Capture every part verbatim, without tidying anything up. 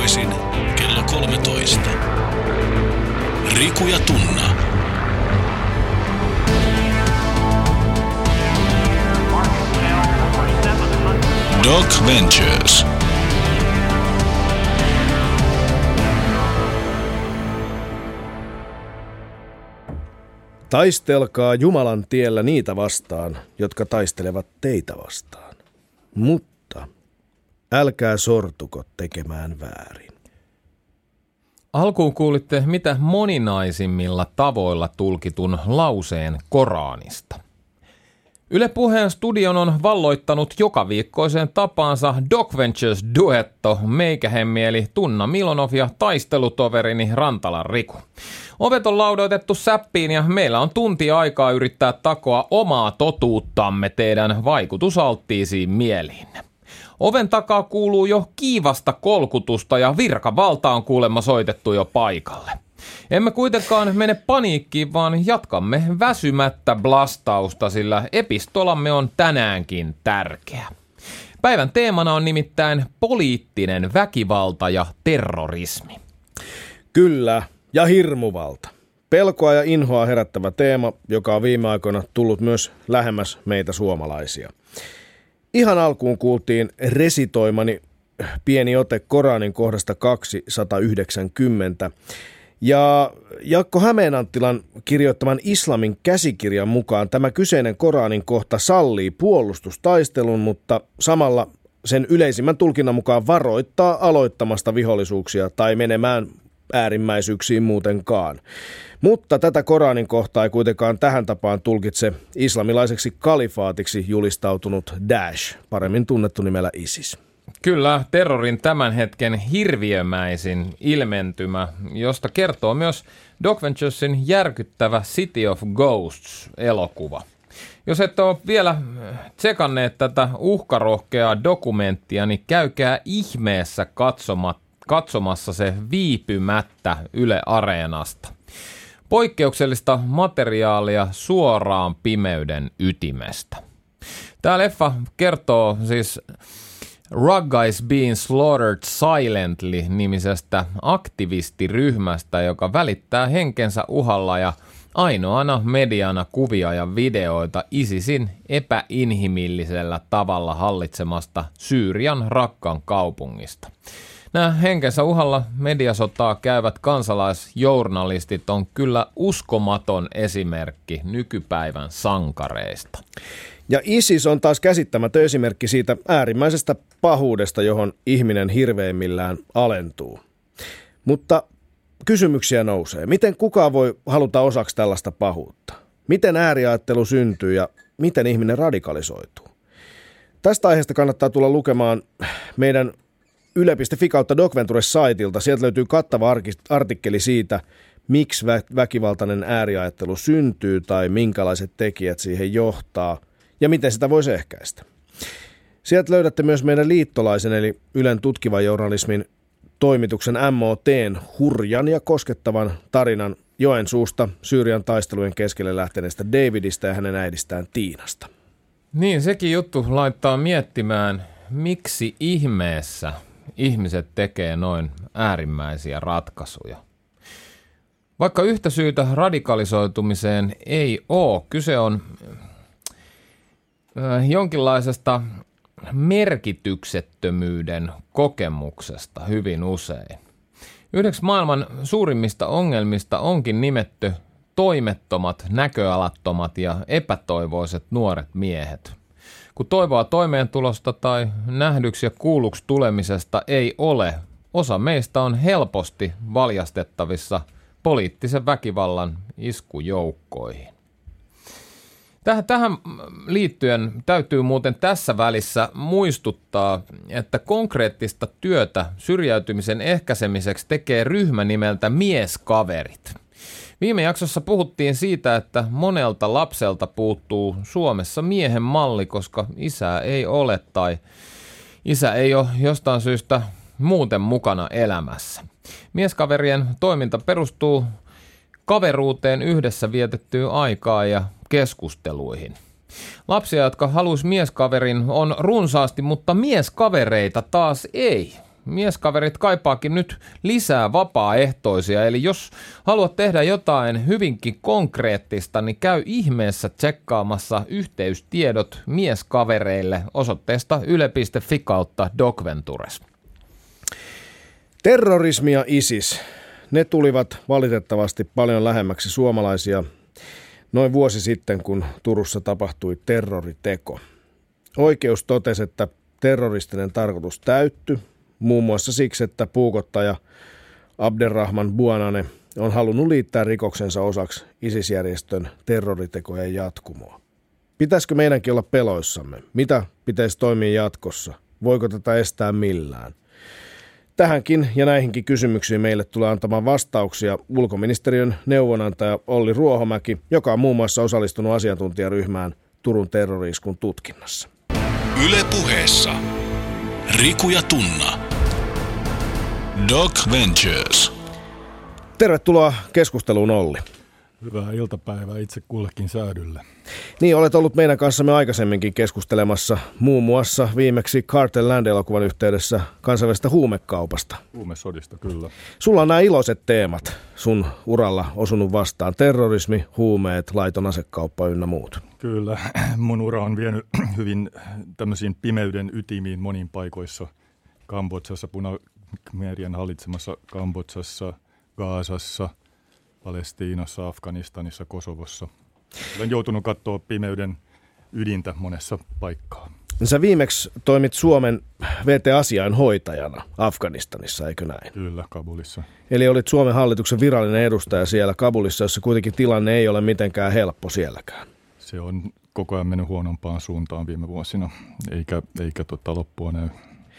Arkisin kello kolmetoista. Riku ja Tunna. Doc Ventures. Taistelkaa Jumalan tiellä niitä vastaan, jotka taistelevat teitä vastaan. Mutta älkää sortuko tekemään väärin. Alkuun kuulitte mitä moninaisimmilla tavoilla tulkitun lauseen Koranista. Yle Puheen studion on valloittanut joka viikkoiseen tapaansa Doc Ventures duetto meikähemmi eli Tunna Milonov ja taistelutoverini Rantalan Riku. Ovet on laudoitettu säppiin ja meillä on tunti aikaa yrittää takoa omaa totuuttamme teidän vaikutusalttiisiin mieliinne. Oven takaa kuuluu jo kiivasta kolkutusta ja virkavalta on kuulemma soitettu jo paikalle. Emme kuitenkaan mene paniikkiin, vaan jatkamme väsymättä blastausta, sillä epistolamme on tänäänkin tärkeä. Päivän teemana on nimittäin poliittinen väkivalta ja terrorismi. Kyllä, ja hirmuvalta. Pelkoa ja inhoa herättävä teema, joka on viime aikoina tullut myös lähemmäs meitä suomalaisia. Ihan alkuun kuultiin resitoimani pieni ote Koranin kohdasta kaksisataayhdeksänkymmentä. Ja Jaakko Hämeenanttilan kirjoittaman Islamin käsikirjan mukaan tämä kyseinen Koranin kohta sallii puolustustaistelun, mutta samalla sen yleisimmän tulkinnan mukaan varoittaa aloittamasta vihollisuuksia tai menemään äärimmäisyyksiin muutenkaan. Mutta tätä Koranin kohtaa ei kuitenkaan tähän tapaan tulkitse islamilaiseksi kalifaatiksi julistautunut Daesh, paremmin tunnettu nimellä ISIS. Kyllä, terrorin tämän hetken hirviömäisin ilmentymä, josta kertoo myös Doc Venturesin järkyttävä City of Ghosts-elokuva. Jos et ole vielä tsekanneet tätä uhkarohkeaa dokumenttia, niin käykää ihmeessä katsomat, katsomassa se viipymättä Yle Areenasta. Poikkeuksellista materiaalia suoraan pimeyden ytimestä. Tämä leffa kertoo siis Ruggies Being Slaughtered Silently-nimisestä aktivistiryhmästä, joka välittää henkensä uhalla ja ainoana mediana kuvia ja videoita ISISin epäinhimillisellä tavalla hallitsemasta Syyrian Rakkan kaupungista. Nämä henkensä uhalla mediasotaa käyvät kansalaisjournalistit on kyllä uskomaton esimerkki nykypäivän sankareista. Ja ISIS on taas käsittämätön esimerkki siitä äärimmäisestä pahuudesta, johon ihminen hirveimmillään alentuu. Mutta kysymyksiä nousee. Miten kukaan voi haluta osaksi tällaista pahuutta? Miten ääriajattelu syntyy ja miten ihminen radikalisoituu? Tästä aiheesta kannattaa tulla lukemaan meidän yle piste fi kautta Doc Ventures-saitilta. Sieltä löytyy kattava artikkeli siitä, miksi väkivaltainen ääriajattelu syntyy tai minkälaiset tekijät siihen johtaa ja miten sitä voisi ehkäistä. Sieltä löydätte myös meidän liittolaisen eli Ylen tutkivan journalismin toimituksen M O T:n hurjan ja koskettavan tarinan Joensuusta Syyrian taistelujen keskelle lähteneestä Davidista ja hänen äidistään Tiinasta. Niin, sekin juttu laittaa miettimään, miksi ihmeessä ihmiset tekee noin äärimmäisiä ratkaisuja. Vaikka yhtä syytä radikalisoitumiseen ei ole, kyse on jonkinlaisesta merkityksettömyyden kokemuksesta hyvin usein. Yhdeksi maailman suurimmista ongelmista onkin nimetty toimettomat, näköalattomat ja epätoivoiset nuoret miehet. Kun toivoa toimeentulosta tai nähdyksi ja kuulluksi tulemisesta ei ole, osa meistä on helposti valjastettavissa poliittisen väkivallan iskujoukkoihin. Tähän liittyen täytyy muuten tässä välissä muistuttaa, että konkreettista työtä syrjäytymisen ehkäisemiseksi tekee ryhmä nimeltä Mieskaverit. Viime jaksossa puhuttiin siitä, että monelta lapselta puuttuu Suomessa miehen malli, koska isää ei ole tai isä ei ole jostain syystä muuten mukana elämässä. Mieskaverien toiminta perustuu kaveruuteen, yhdessä vietettyyn aikaa ja keskusteluihin. Lapsia, jotka haluaisi mieskaverin, on runsaasti, mutta mieskavereita taas ei. Mieskaverit kaipaakin nyt lisää vapaaehtoisia, eli jos haluat tehdä jotain hyvinkin konkreettista, niin käy ihmeessä tsekkaamassa yhteystiedot mieskavereille osoitteesta yle piste fi kautta docventures. Terrorismi ja ISIS, ne tulivat valitettavasti paljon lähemmäksi suomalaisia noin vuosi sitten, kun Turussa tapahtui terroriteko. Oikeus totesi, että terroristinen tarkoitus täyttyi, muun muassa siksi, että puukottaja Abderrahman Buanane on halunnut liittää rikoksensa osaksi ISIS-järjestön terroritekojen jatkumoa. Pitäisikö meidänkin olla peloissamme? Mitä pitäisi toimia jatkossa? Voiko tätä estää millään? Tähänkin ja näihinkin kysymyksiin meille tulee antamaan vastauksia ulkoministeriön neuvonantaja Olli Ruohomäki, joka on muun muassa osallistunut asiantuntijaryhmään Turun terrori-iskun tutkinnassa. Yle Puheessa Riku ja Tunna. Doc Ventures. Tervetuloa keskusteluun, Olli. Hyvää iltapäivää itse kullekin säädylle. Niin, olet ollut meidän kanssamme aikaisemminkin keskustelemassa muun muassa viimeksi Cartel Land-elokuvan yhteydessä kansainvälisestä huumekaupasta. Huumesodista, kyllä. Sulla on nämä iloiset teemat sun uralla osunut vastaan. Terrorismi, huumeet, laiton asekauppa ynnä muut. Kyllä. Mun ura on vienyt hyvin tämmöisiin pimeyden ytimiin monin paikoissa. Kambodsassa, Punamerien hallitsemassa Kambodsassa, Gazassa, Palestiinassa, Afganistanissa, Kosovossa. Olen joutunut katsoa pimeyden ydintä monessa paikkaa. Sä viimeksi toimit Suomen V T-asiainhoitajana Afganistanissa, eikö näin? Kyllä, Kabulissa. Eli olit Suomen hallituksen virallinen edustaja siellä Kabulissa, jossa kuitenkin tilanne ei ole mitenkään helppo sielläkään. Se on koko ajan mennyt huonompaan suuntaan viime vuosina, eikä, eikä tota loppua näy.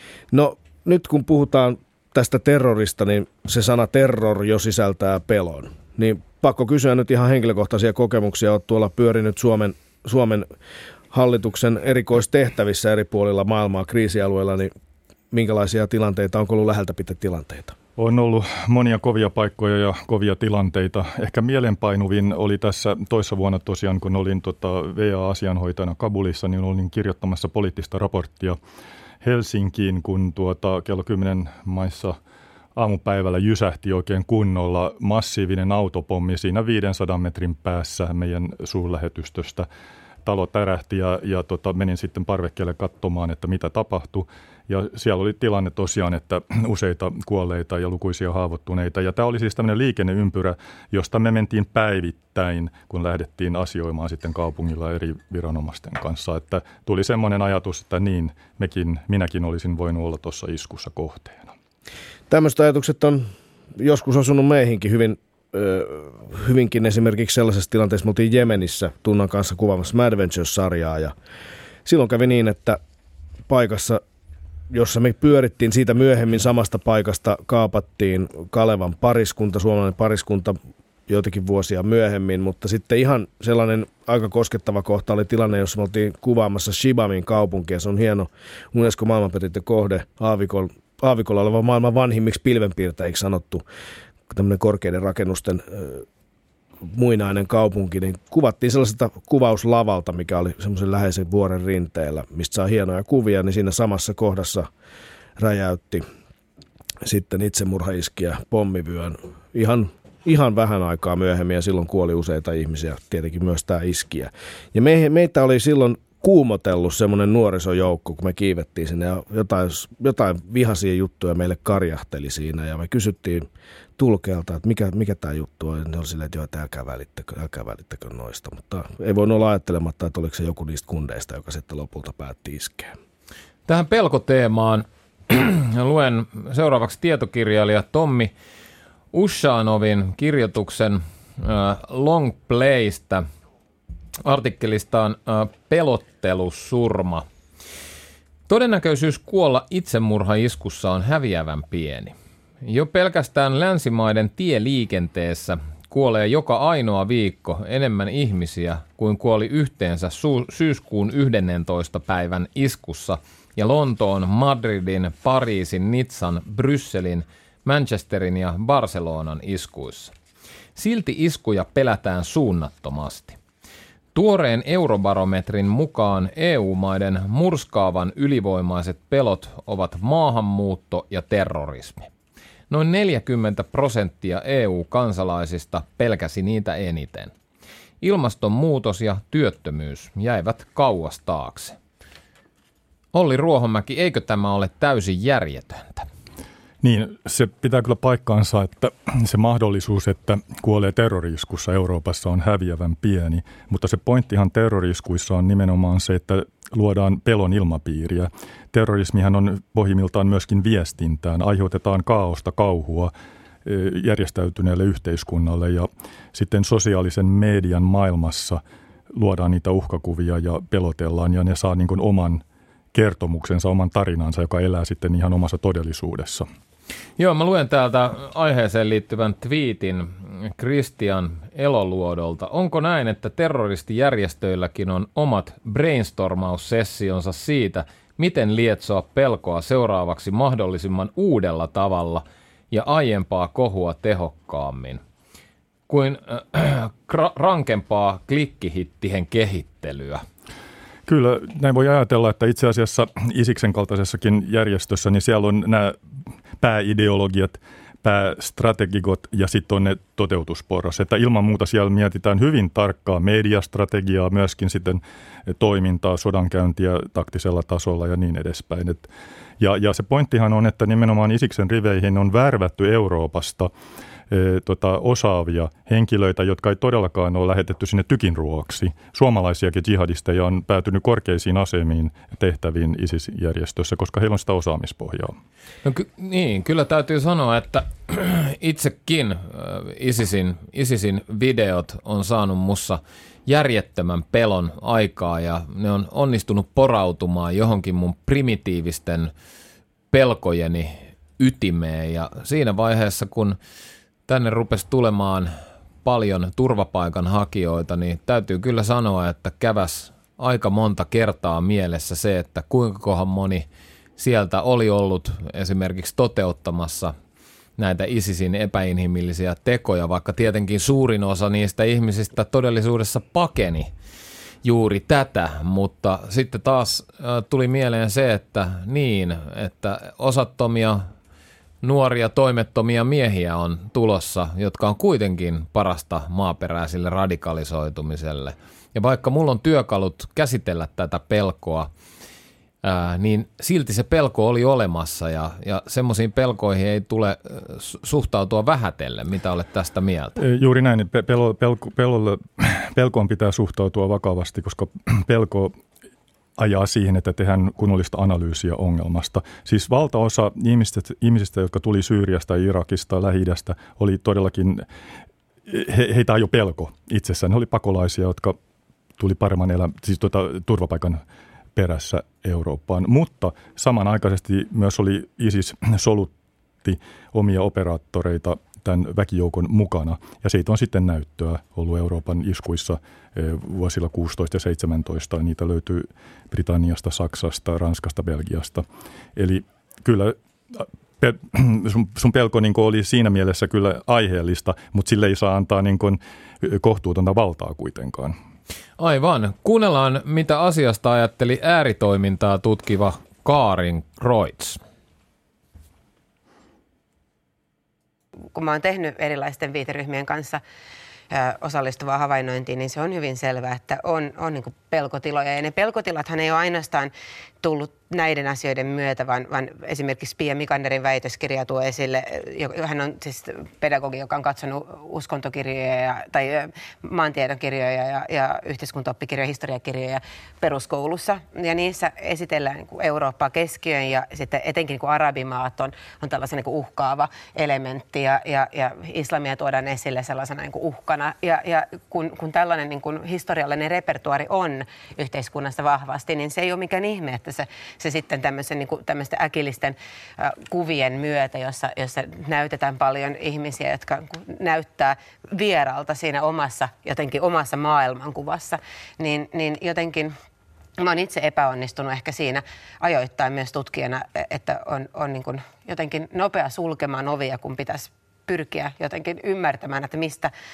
No nyt kun puhutaan tästä terrorista, niin se sana terror jo sisältää pelon. Niin pakko kysyä nyt ihan henkilökohtaisia kokemuksia. Olet tuolla pyörinyt Suomen, Suomen hallituksen erikoistehtävissä eri puolilla maailmaa kriisialueilla, niin minkälaisia tilanteita, onko ollut läheltä pitää tilanteita? On ollut monia kovia paikkoja ja kovia tilanteita. Ehkä mielenpainuvin oli tässä toissa vuonna tosiaan, kun olin tota V A-asianhoitajana Kabulissa, niin olin kirjoittamassa poliittista raporttia Helsinkiin, kun tuota kello kymmenen maissa aamupäivällä jysähti oikein kunnolla massiivinen autopommi siinä viidensadan metrin päässä meidän suurlähetystöstä. Talo tärähti ja, ja tota, menin sitten parvekkeelle katsomaan, että mitä tapahtui. Ja siellä oli tilanne tosiaan, että useita kuolleita ja lukuisia haavoittuneita. Ja tämä oli siis tämmöinen liikenneympyrä, josta me mentiin päivittäin, kun lähdettiin asioimaan sitten kaupungilla eri viranomaisten kanssa. Että tuli semmoinen ajatus, että niin, mekin, minäkin olisin voinut olla tuossa iskussa kohteena. Tämmöiset ajatukset on joskus osunut meihinkin hyvin, ö, hyvinkin esimerkiksi sellaisessa tilanteessa, me oltiin Jemenissä Tunnan kanssa kuvaamassa Mad Ventures-sarjaa ja silloin kävi niin, että paikassa, jossa me pyörittiin siitä myöhemmin samasta paikasta, kaapattiin Kalevan pariskunta, suomalainen pariskunta joitakin vuosia myöhemmin, mutta sitten ihan sellainen aika koskettava kohta oli tilanne, jossa me oltiin kuvaamassa Shibamin kaupunkia. Se on hieno UNESCO maailmanperintökohde, Aavikolla, Aavikolla oleva maailman vanhimmiksi pilvenpiirtäjiksi sanottu tämmöinen korkeiden rakennusten äh, muinainen kaupunki, niin kuvattiin sellaiselta kuvauslavalta, mikä oli semmoisen läheisen vuoren rinteellä, mistä saa hienoja kuvia, niin siinä samassa kohdassa räjäytti sitten itsemurhaiskija pommivyön ihan, ihan vähän aikaa myöhemmin ja silloin kuoli useita ihmisiä, tietenkin myös tämä iskijä. Ja me, meitä oli silloin kuumotellut semmoinen nuorisojoukko, kun me kiivettiin sinne ja jotain, jotain vihaisia juttuja meille karjahteli siinä ja me kysyttiin tulkealta, että mikä, mikä tämä juttu on. Ne oli silleen, että joo, että älkää välittäkö, älkää välittäkö noista, mutta ei voinut olla ajattelematta, että oliko se joku niistä kundeista, joka sitten lopulta päätti iskeä. Tähän pelkoteemaan luen seuraavaksi tietokirjailija Tommi Ushanovin kirjoituksen äh, Long Playstä. Artikkelista on äh, pelottelusurma. Todennäköisyys kuolla itsemurhaiskussa on häviävän pieni. Jo pelkästään länsimaiden tieliikenteessä kuolee joka ainoa viikko enemmän ihmisiä kuin kuoli yhteensä su- syyskuun yhdennentoista päivän iskussa ja Lontoon, Madridin, Pariisin, Nizzan, Brysselin, Manchesterin ja Barcelonan iskuissa. Silti iskuja pelätään suunnattomasti. Tuoreen eurobarometrin mukaan E U-maiden murskaavan ylivoimaiset pelot ovat maahanmuutto ja terrorismi. Noin neljäkymmentä prosenttia E U-kansalaisista pelkäsi niitä eniten. Ilmastonmuutos ja työttömyys jäivät kauas taakse. Olli Ruohomäki, eikö tämä ole täysin järjetöntä? Niin, se pitää kyllä paikkaansa, että se mahdollisuus, että kuolee terroriskussa Euroopassa on häviävän pieni, mutta se pointtihan terroriskuissa on nimenomaan se, että luodaan pelon ilmapiiriä. Terrorismihan on pohjimmiltaan myöskin viestintään, aiheutetaan kaaosta, kauhua järjestäytyneelle yhteiskunnalle ja sitten sosiaalisen median maailmassa luodaan niitä uhkakuvia ja pelotellaan ja ne saa niin kuin oman kertomuksensa, oman tarinansa, joka elää sitten ihan omassa todellisuudessa. Joo, mä luen täältä aiheeseen liittyvän twiitin Christian Eloluodolta. Onko näin, että terroristijärjestöilläkin on omat brainstormaussessionsa siitä, miten lietsoa pelkoa seuraavaksi mahdollisimman uudella tavalla ja aiempaa kohua tehokkaammin, kuin äh, rankempaa klikkihittien kehittelyä? Kyllä, näin voi ajatella, että itse asiassa Isiksen kaltaisessakin järjestössä, niin siellä on nämä pääideologiat, päästrategikot ja sitten on ne toteutusporras. Että ilman muuta siellä mietitään hyvin tarkkaa mediastrategiaa, myöskin sitten toimintaa, sodankäyntiä taktisella tasolla ja niin edespäin. Et, ja, ja se pointtihan on, että nimenomaan Isiksen riveihin on värvätty Euroopasta E, tota, osaavia henkilöitä, jotka ei todellakaan ole lähetetty sinne tykinruoaksi. Suomalaisiakin jihadisteja on päätynyt korkeisiin asemiin tehtäviin ISIS-järjestössä, koska heillä on sitä osaamispohjaa. No ky- niin, kyllä täytyy sanoa, että itsekin äh, ISISin, ISISin videot on saanut mussa järjettömän pelon aikaa ja ne on onnistunut porautumaan johonkin mun primitiivisten pelkojeni ytimeen ja siinä vaiheessa, kun tänne rupesi tulemaan paljon turvapaikanhakijoita, niin täytyy kyllä sanoa, että käväs aika monta kertaa mielessä se, että kuinka kohan moni sieltä oli ollut esimerkiksi toteuttamassa näitä ISISin epäinhimillisiä tekoja, vaikka tietenkin suurin osa niistä ihmisistä todellisuudessa pakeni juuri tätä, mutta sitten taas tuli mieleen se, että niin, että osattomia nuoria toimettomia miehiä on tulossa, jotka on kuitenkin parasta maaperäisille radikalisoitumiselle. Ja vaikka mulla on työkalut käsitellä tätä pelkoa, ää, niin silti se pelko oli olemassa ja, ja semmoisiin pelkoihin ei tule suhtautua vähätellen. Mitä olet tästä mieltä? Juuri näin. Pelo, pelko, pelolle, pelkoon pitää suhtautua vakavasti, koska pelko ajaa siihen, että tehdään kunnollista analyysiä ongelmasta. Siis valtaosa ihmisistä, ihmisistä jotka tuli Syyriasta, Irakista, Lähi-idästä, oli todellakin, he, heitä ajoi pelko itsessään. He oli pakolaisia, jotka tuli paremman elämän, siis tuota, turvapaikan perässä Eurooppaan. Mutta samanaikaisesti myös oli ISIS solutti omia operaattoreita tämän väkijoukon mukana. Ja siitä on sitten näyttöä ollut Euroopan iskuissa vuosilla kuusitoista ja seitsemäntoista. Niitä löytyy Britanniasta, Saksasta, Ranskasta, Belgiasta. Eli kyllä sun, sun pelko niin oli siinä mielessä kyllä aiheellista, mutta sille ei saa antaa niin kohtuutonta valtaa kuitenkaan. Aivan. Kuunnellaan, mitä asiasta ajatteli ääritoimintaa tutkiva Karin Kreutz. Kun mä oon tehnyt erilaisten viiteryhmien kanssa ö, osallistuvaa havainnointia, niin se on hyvin selvää, että on, on niin kuin pelkotiloja. Ja ne pelkotilathan ei ole ainoastaan tullut näiden asioiden myötä, vaan, vaan esimerkiksi Pia Mikanderin väitöskirja tuo esille, hän on siis pedagogi, joka on katsonut uskontokirjoja ja, tai maantiedokirjoja ja, ja yhteiskuntaoppikirjoja, historiakirjoja peruskoulussa. Ja niissä esitellään niin kuin Eurooppaa keskiöön ja sitten etenkin niin kuin arabimaat on, on tällaisen niin kuin uhkaava elementti ja, ja, ja islamia tuodaan esille sellaisena niin kuin uhkana. Ja, ja kun, kun tällainen niin kuin historiallinen repertuaari on yhteiskunnassa vahvasti, niin se ei ole mikään ihme, että se Se sitten tämmöisen, niin kuin, tämmöisten äkillisten äh, kuvien myötä, jossa, jossa näytetään paljon ihmisiä, jotka näyttää vieralta siinä omassa, jotenkin omassa maailmankuvassa, niin, niin jotenkin mä oon itse epäonnistunut ehkä siinä ajoittain myös tutkijana, että on, on niin kuin jotenkin nopea sulkemaan ovia, kun pitäisi pyrkiä jotenkin ymmärtämään, että mistä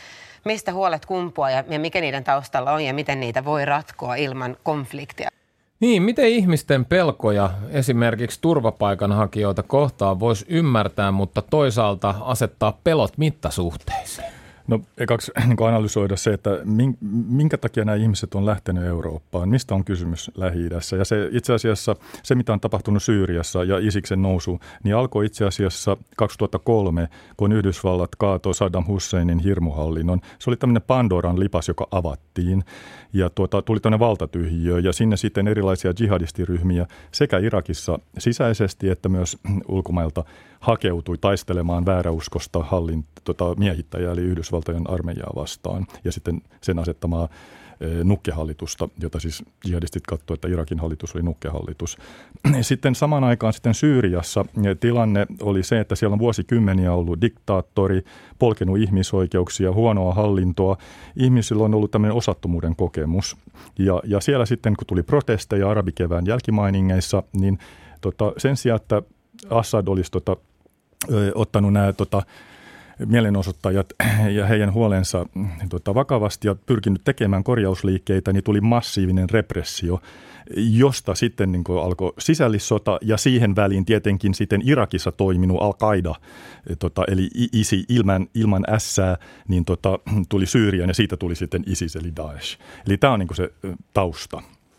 mistä huolet kumpuaa ja, ja mikä niiden taustalla on ja miten niitä voi ratkoa ilman konfliktia. Niin, miten ihmisten pelkoja esimerkiksi turvapaikanhakijoita kohtaan voisi ymmärtää, mutta toisaalta asettaa pelot mittasuhteisiin? No ekaksi niin analysoida se, että minkä takia nämä ihmiset on lähtenyt Eurooppaan, mistä on kysymys Lähi-idässä. Ja se itse asiassa, se mitä on tapahtunut Syyriassa ja Isiksen nousu, niin alkoi itse asiassa kaksituhattakolme, kun Yhdysvallat kaatoi Saddam Husseinin hirmuhallinnon. Se oli tämmöinen Pandoran lipas, joka avattiin ja tuota, tuli tämmöinen valtatyhjiö ja sinne sitten erilaisia jihadistiryhmiä sekä Irakissa sisäisesti että myös ulkomailta hakeutui taistelemaan vääräuskosta hallin, tota, miehittäjää eli Yhdysvaltojen armeijaa vastaan ja sitten sen asettamaa e, nukkehallitusta, jota siis jihadistit katsoivat, että Irakin hallitus oli nukkehallitus. Sitten samaan aikaan sitten Syyriassa tilanne oli se, että siellä on vuosikymmeniä ollut diktaattori, polkenut ihmisoikeuksia, huonoa hallintoa. Ihmisillä on ollut tämmöinen osattomuuden kokemus ja, ja siellä sitten kun tuli protesteja arabikevään jälkimainingeissa, niin tota, sen sijaan, että Assad olisi tota, ö, ottanut nämä tota, mielenosoittajat ja heidän huolensa tota, vakavasti ja pyrkinyt tekemään korjausliikkeitä, niin tuli massiivinen repressio, josta sitten niin kuin alkoi sisällissota ja siihen väliin tietenkin sitten Irakissa toiminut Al-Qaida, tota, eli ISI ilman, ilman ässää, niin tota, tuli Syyriaan ja siitä tuli sitten ISIS eli Daesh. Eli tämä on niin kuin se tausta.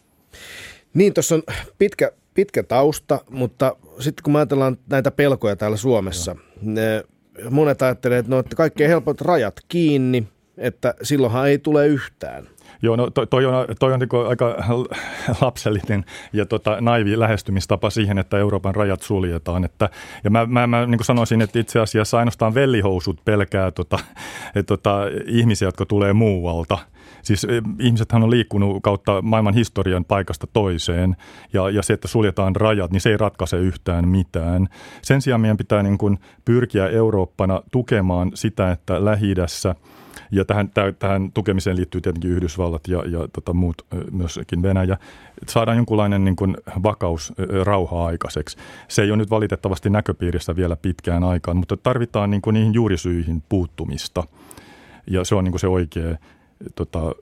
Niin, tuossa on pitkä, pitkä tausta, mutta sitten kun me ajatellaan näitä pelkoja täällä Suomessa, ne, monet ajattelee, että no, että kaikkein helpot rajat kiinni, että silloinhan ei tule yhtään. Joo, no toi, toi on, toi on niin aika lapsellinen ja tota, naivi lähestymistapa siihen, että Euroopan rajat suljetaan. Että, ja mä, mä, mä niin kuin sanoisin, että itse asiassa ainoastaan vellihousut pelkää tota, et, tota, ihmisiä, jotka tulee muualta. Siis ihmisethän on liikkunut kautta maailman historian paikasta toiseen ja, ja se, että suljetaan rajat, niin se ei ratkaise yhtään mitään. Sen sijaan meidän pitää niin kuin pyrkiä Eurooppana tukemaan sitä, että Lähi-idässä ja tähän, tähän tukemiseen liittyy tietenkin Yhdysvallat ja, ja tota muut, myöskin Venäjä. Saadaan jonkunlainen niin kuin vakaus, rauha aikaiseksi. Se ei ole nyt valitettavasti näköpiirissä vielä pitkään aikaan, mutta tarvitaan niin kuin niihin juurisyihin puuttumista. Ja se on niin kuin se oikea tota,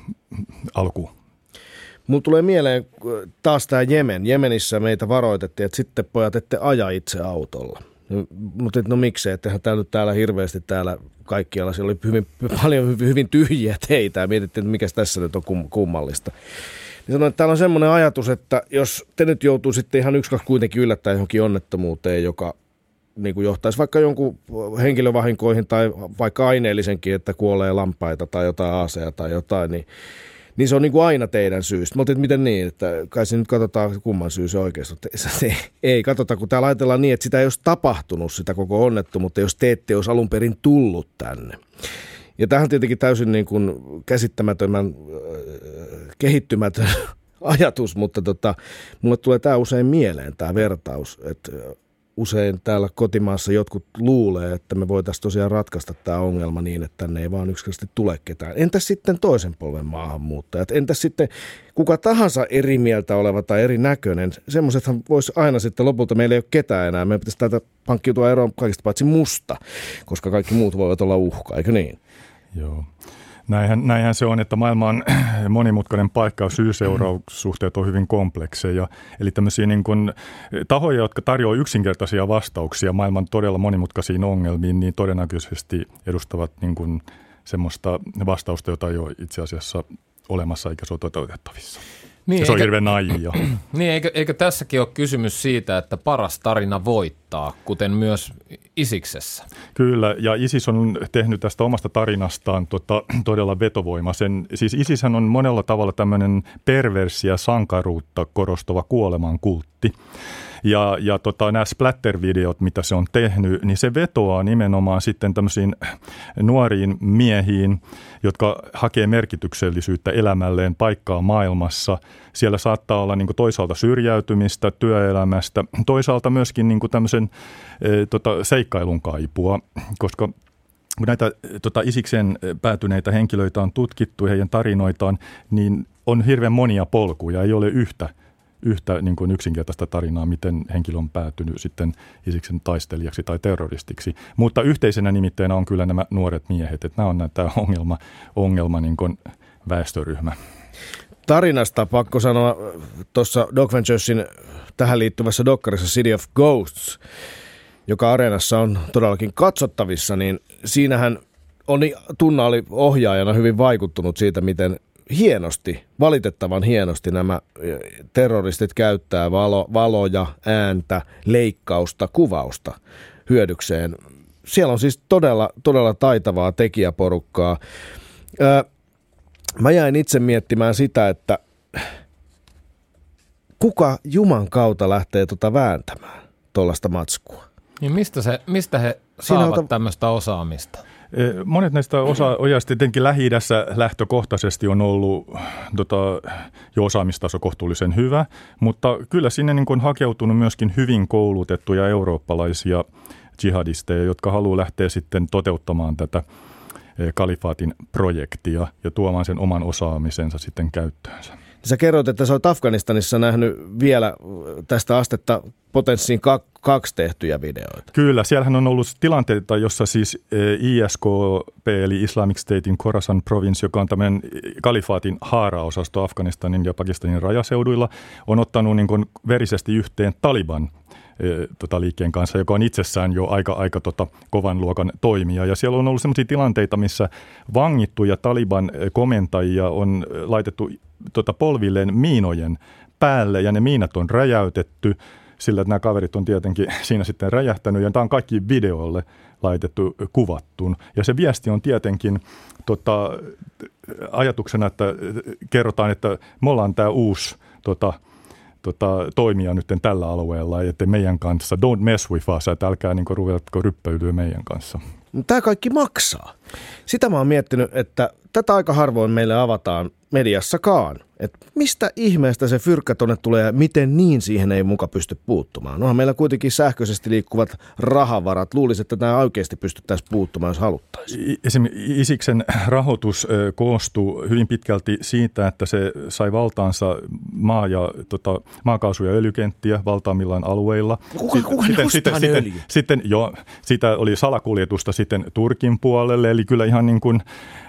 alku. Mulla tulee mieleen taas tämä Jemen. Jemenissä meitä varoitettiin, että sitten pojat ette aja itse autolla. Mutta no miksei, ettehän täällä nyt täällä hirveästi täällä kaikkialla, siellä oli hyvin, paljon hyvin, hyvin tyhjiä teitä ja mietittiin, että mikä tässä nyt on kummallista. Niin sanoin, että täällä on semmoinen ajatus, että jos te nyt joutuu sitten ihan yksi kaksi kuitenkin yllättäen johonkin onnettomuuteen, joka niin kuin johtaisi vaikka jonkun henkilövahinkoihin tai vaikka aineellisenkin, että kuolee lampaita tai jotain aaseja tai jotain, niin Niin se on niin kuin aina teidän syystä. Mä otin, että miten niin, että kai se nyt katsotaan kumman syy se oikeasti. Ei, ei katsota, kun täällä ajatellaan niin, että sitä ei olisi tapahtunut sitä koko onnettomuutta, jos te ette olisi alun perin tullut tänne. Ja tämähän on tietenkin täysin niin kuin käsittämättömän äh, kehittymätön ajatus, mutta tota, mulle tulee tämä usein mieleen, tämä vertaus, että usein täällä kotimaassa jotkut luulee, että me voitaisiin tosiaan ratkaista tämä ongelma niin, että tänne ei vaan yksinkertaisesti tule ketään. Entäs sitten toisen polven maahanmuuttajat? Entäs sitten kuka tahansa eri mieltä oleva tai eri näköinen? Semmoisethan voisi aina sitten lopulta, meillä ei ole ketään enää. Meidän pitäisi täältä pankkiutua eroon kaikista paitsi musta, koska kaikki muut voivat olla uhka, eikö niin? Joo. Näinhän, näinhän se on, että maailma on monimutkainen paikka ja syy-seuraussuhteet on hyvin komplekseja. Eli tämmöisiä niin kuin tahoja, jotka tarjoavat yksinkertaisia vastauksia maailman todella monimutkaisiin ongelmiin, niin todennäköisesti edustavat niin kuin semmoista vastausta, jota ei ole itse asiassa olemassa eikä se ole toteutettavissa. Niin, se on eikä, hirveän naivia. Niin, eikö, eikö tässäkin ole kysymys siitä, että paras tarina voittaa, kuten myös Isiksessä? Kyllä, ja Isis on tehnyt tästä omasta tarinastaan tota, todella vetovoimaisen. Siis Isishän on monella tavalla tämmöinen perversia sankaruutta korostava kuolemankultti. Ja, ja tota, nämä splatter-videot, mitä se on tehnyt, niin se vetoaa nimenomaan sitten tämmöisiin nuoriin miehiin, jotka hakee merkityksellisyyttä elämälleen, paikkaa maailmassa. Siellä saattaa olla niin kuin toisaalta syrjäytymistä työelämästä, toisaalta myöskin niin kuin tämmöisen e, tota, seikkailun kaipua, koska kun näitä tota, Isikseen päätyneitä henkilöitä on tutkittu, heidän tarinoitaan, niin on hirveän monia polkuja, ei ole yhtä yhtä niin kuin yksinkertaista tarinaa, miten henkilö on päätynyt sitten Isiksen taistelijaksi tai terroristiksi. Mutta yhteisenä nimittäinä on kyllä nämä nuoret miehet, että nämä on tämä ongelma, ongelma niin kuin väestöryhmä. Tarinasta pakko sanoa tuossa Doc Venturesin tähän liittyvässä dokkarissa City of Ghosts, joka Areenassa on todellakin katsottavissa, niin siinähän on, Tunna oli ohjaajana hyvin vaikuttunut siitä, miten hienosti, valitettavan hienosti nämä terroristit käyttää valo, valoja, ääntä, leikkausta, kuvausta hyödykseen. Siellä on siis todella, todella taitavaa tekijäporukkaa. Öö, mä jäin itse miettimään sitä, että kuka Juman kautta lähtee tuota vääntämään tuollaista matskua? Niin mistä, se, mistä he saavat on... tämmöistä osaamista? Monet näistä osa-ojasta tietenkin Lähi-idässä lähtökohtaisesti on ollut tota, jo osaamistaso kohtuullisen hyvä, mutta kyllä sinne niin kuin on hakeutunut myöskin hyvin koulutettuja eurooppalaisia jihadisteja, jotka haluaa lähteä sitten toteuttamaan tätä kalifaatin projektia ja tuomaan sen oman osaamisensa sitten käyttöönsä. Sä kerroit, että sä oot Afganistanissa nähnyt vielä tästä astetta potenssiin kaksi tehtyjä videoita. Kyllä, siellähän on ollut tilanteita, jossa siis I S K P eli Islamic Statein Khorasan province, joka on tämmöinen kalifaatin haaraosasto Afganistanin ja Pakistanin rajaseuduilla, on ottanut niin kuin verisesti yhteen Taliban Tota, liikkeen kanssa, joka on itsessään jo aika, aika tota, kovan luokan toimija. Ja siellä on ollut sellaisia tilanteita, missä vangittuja Taliban komentajia on laitettu tota, polvilleen miinojen päälle ja ne miinat on räjäytetty, sillä että nämä kaverit on tietenkin siinä sitten räjähtänyt ja tämä on kaikki videolle laitettu kuvattun. Ja se viesti on tietenkin tota, ajatuksena, että kerrotaan, että me ollaan tämä uusi tota, Tota, toimia nyt tällä alueella, että meidän kanssa, don't mess with us, että älkää niin ruvetko ryppäytyä meidän kanssa. Tämä kaikki maksaa. Sitä mä oon miettinyt, että tätä aika harvoin meille avataan mediassakaan. Että mistä ihmeestä se fyrkkä tonne tulee ja miten niin siihen ei muka pysty puuttumaan. Onhan meillä kuitenkin sähköisesti liikkuvat rahavarat. Luulisin, että tämä oikeasti pystyttäisiin puuttumaan, jos haluttaisiin. Esimerkiksi Isiksen rahoitus koostuu hyvin pitkälti siitä, että se sai valtaansa maa- ja, tota, maakaasu- ja öljykenttiä valtaamillaan alueilla. Kuka, kuka sitten, sitten, sitten, sitten jo, sitä oli salakuljetusta sitten Turkin puolelle, eli kyllä ihan niin kuin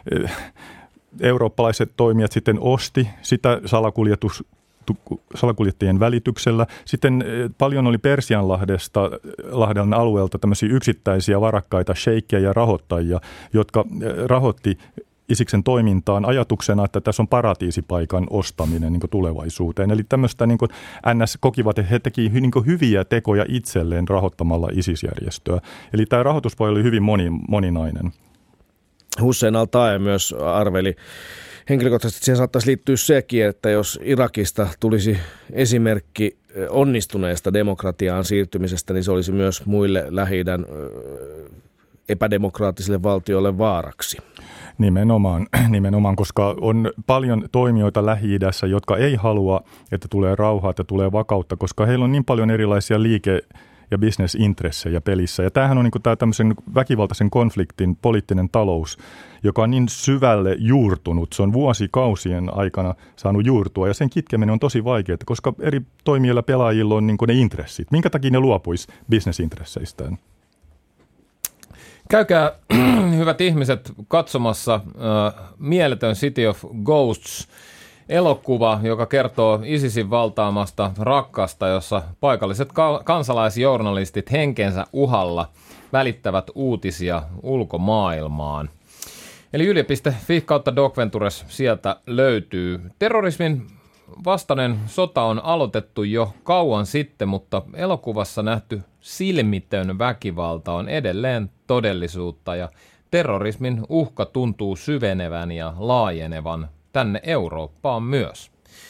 eurooppalaiset toimijat sitten osti sitä salakuljetus, salakuljettajien välityksellä. Sitten paljon oli Persianlahdesta Lahden alueelta tämmöisiä yksittäisiä varakkaita sheikkejä ja rahoittajia, jotka rahoitti Isiksen toimintaan ajatuksena, että tässä on paratiisipaikan ostaminen niin kuin tulevaisuuteen. Eli tämmöistä niin kuin N S kokivat, että he teki niin kuin hyviä tekoja itselleen rahoittamalla ISIS-järjestöä. Eli tämä rahoituspuoli oli hyvin moni, moninainen. Hussein al-Taee myös arveli henkilökohtaisesti, että siihen saattaisi liittyä sekin, että jos Irakista tulisi esimerkki onnistuneesta demokratiaan siirtymisestä, niin se olisi myös muille Lähi-idän epädemokraattisille valtioille vaaraksi. Nimenomaan, nimenomaan, koska on paljon toimijoita Lähi-idässä, jotka ei halua, että tulee rauhaa, että tulee vakautta, koska heillä on niin paljon erilaisia liike- ja bisnesintressejä pelissä. Ja tämähän on niin kuin tämä tämmöisen väkivaltaisen konfliktin poliittinen talous, joka on niin syvälle juurtunut. Se on vuosikausien aikana saanut juurtua ja sen kitkeminen on tosi vaikeaa, koska eri toimijoilla pelaajilla on niin kuin ne intressit. Minkä takia ne luopuisi bisnesintresseistään? Käykää, hyvät ihmiset, katsomassa äh, mieletön City of Ghosts elokuva, joka kertoo ISISin valtaamasta Rakkasta, jossa paikalliset ka- kansalaisjournalistit henkensä uhalla välittävät uutisia ulkomaailmaan. Eli yle piste fi kautta Doc Ventures sieltä löytyy. Terrorismin vastainen sota on aloitettu jo kauan sitten, mutta elokuvassa nähty silmitön väkivalta on edelleen todellisuutta ja terrorismin uhka tuntuu syvenevän ja laajenevan tänne Eurooppaan myös.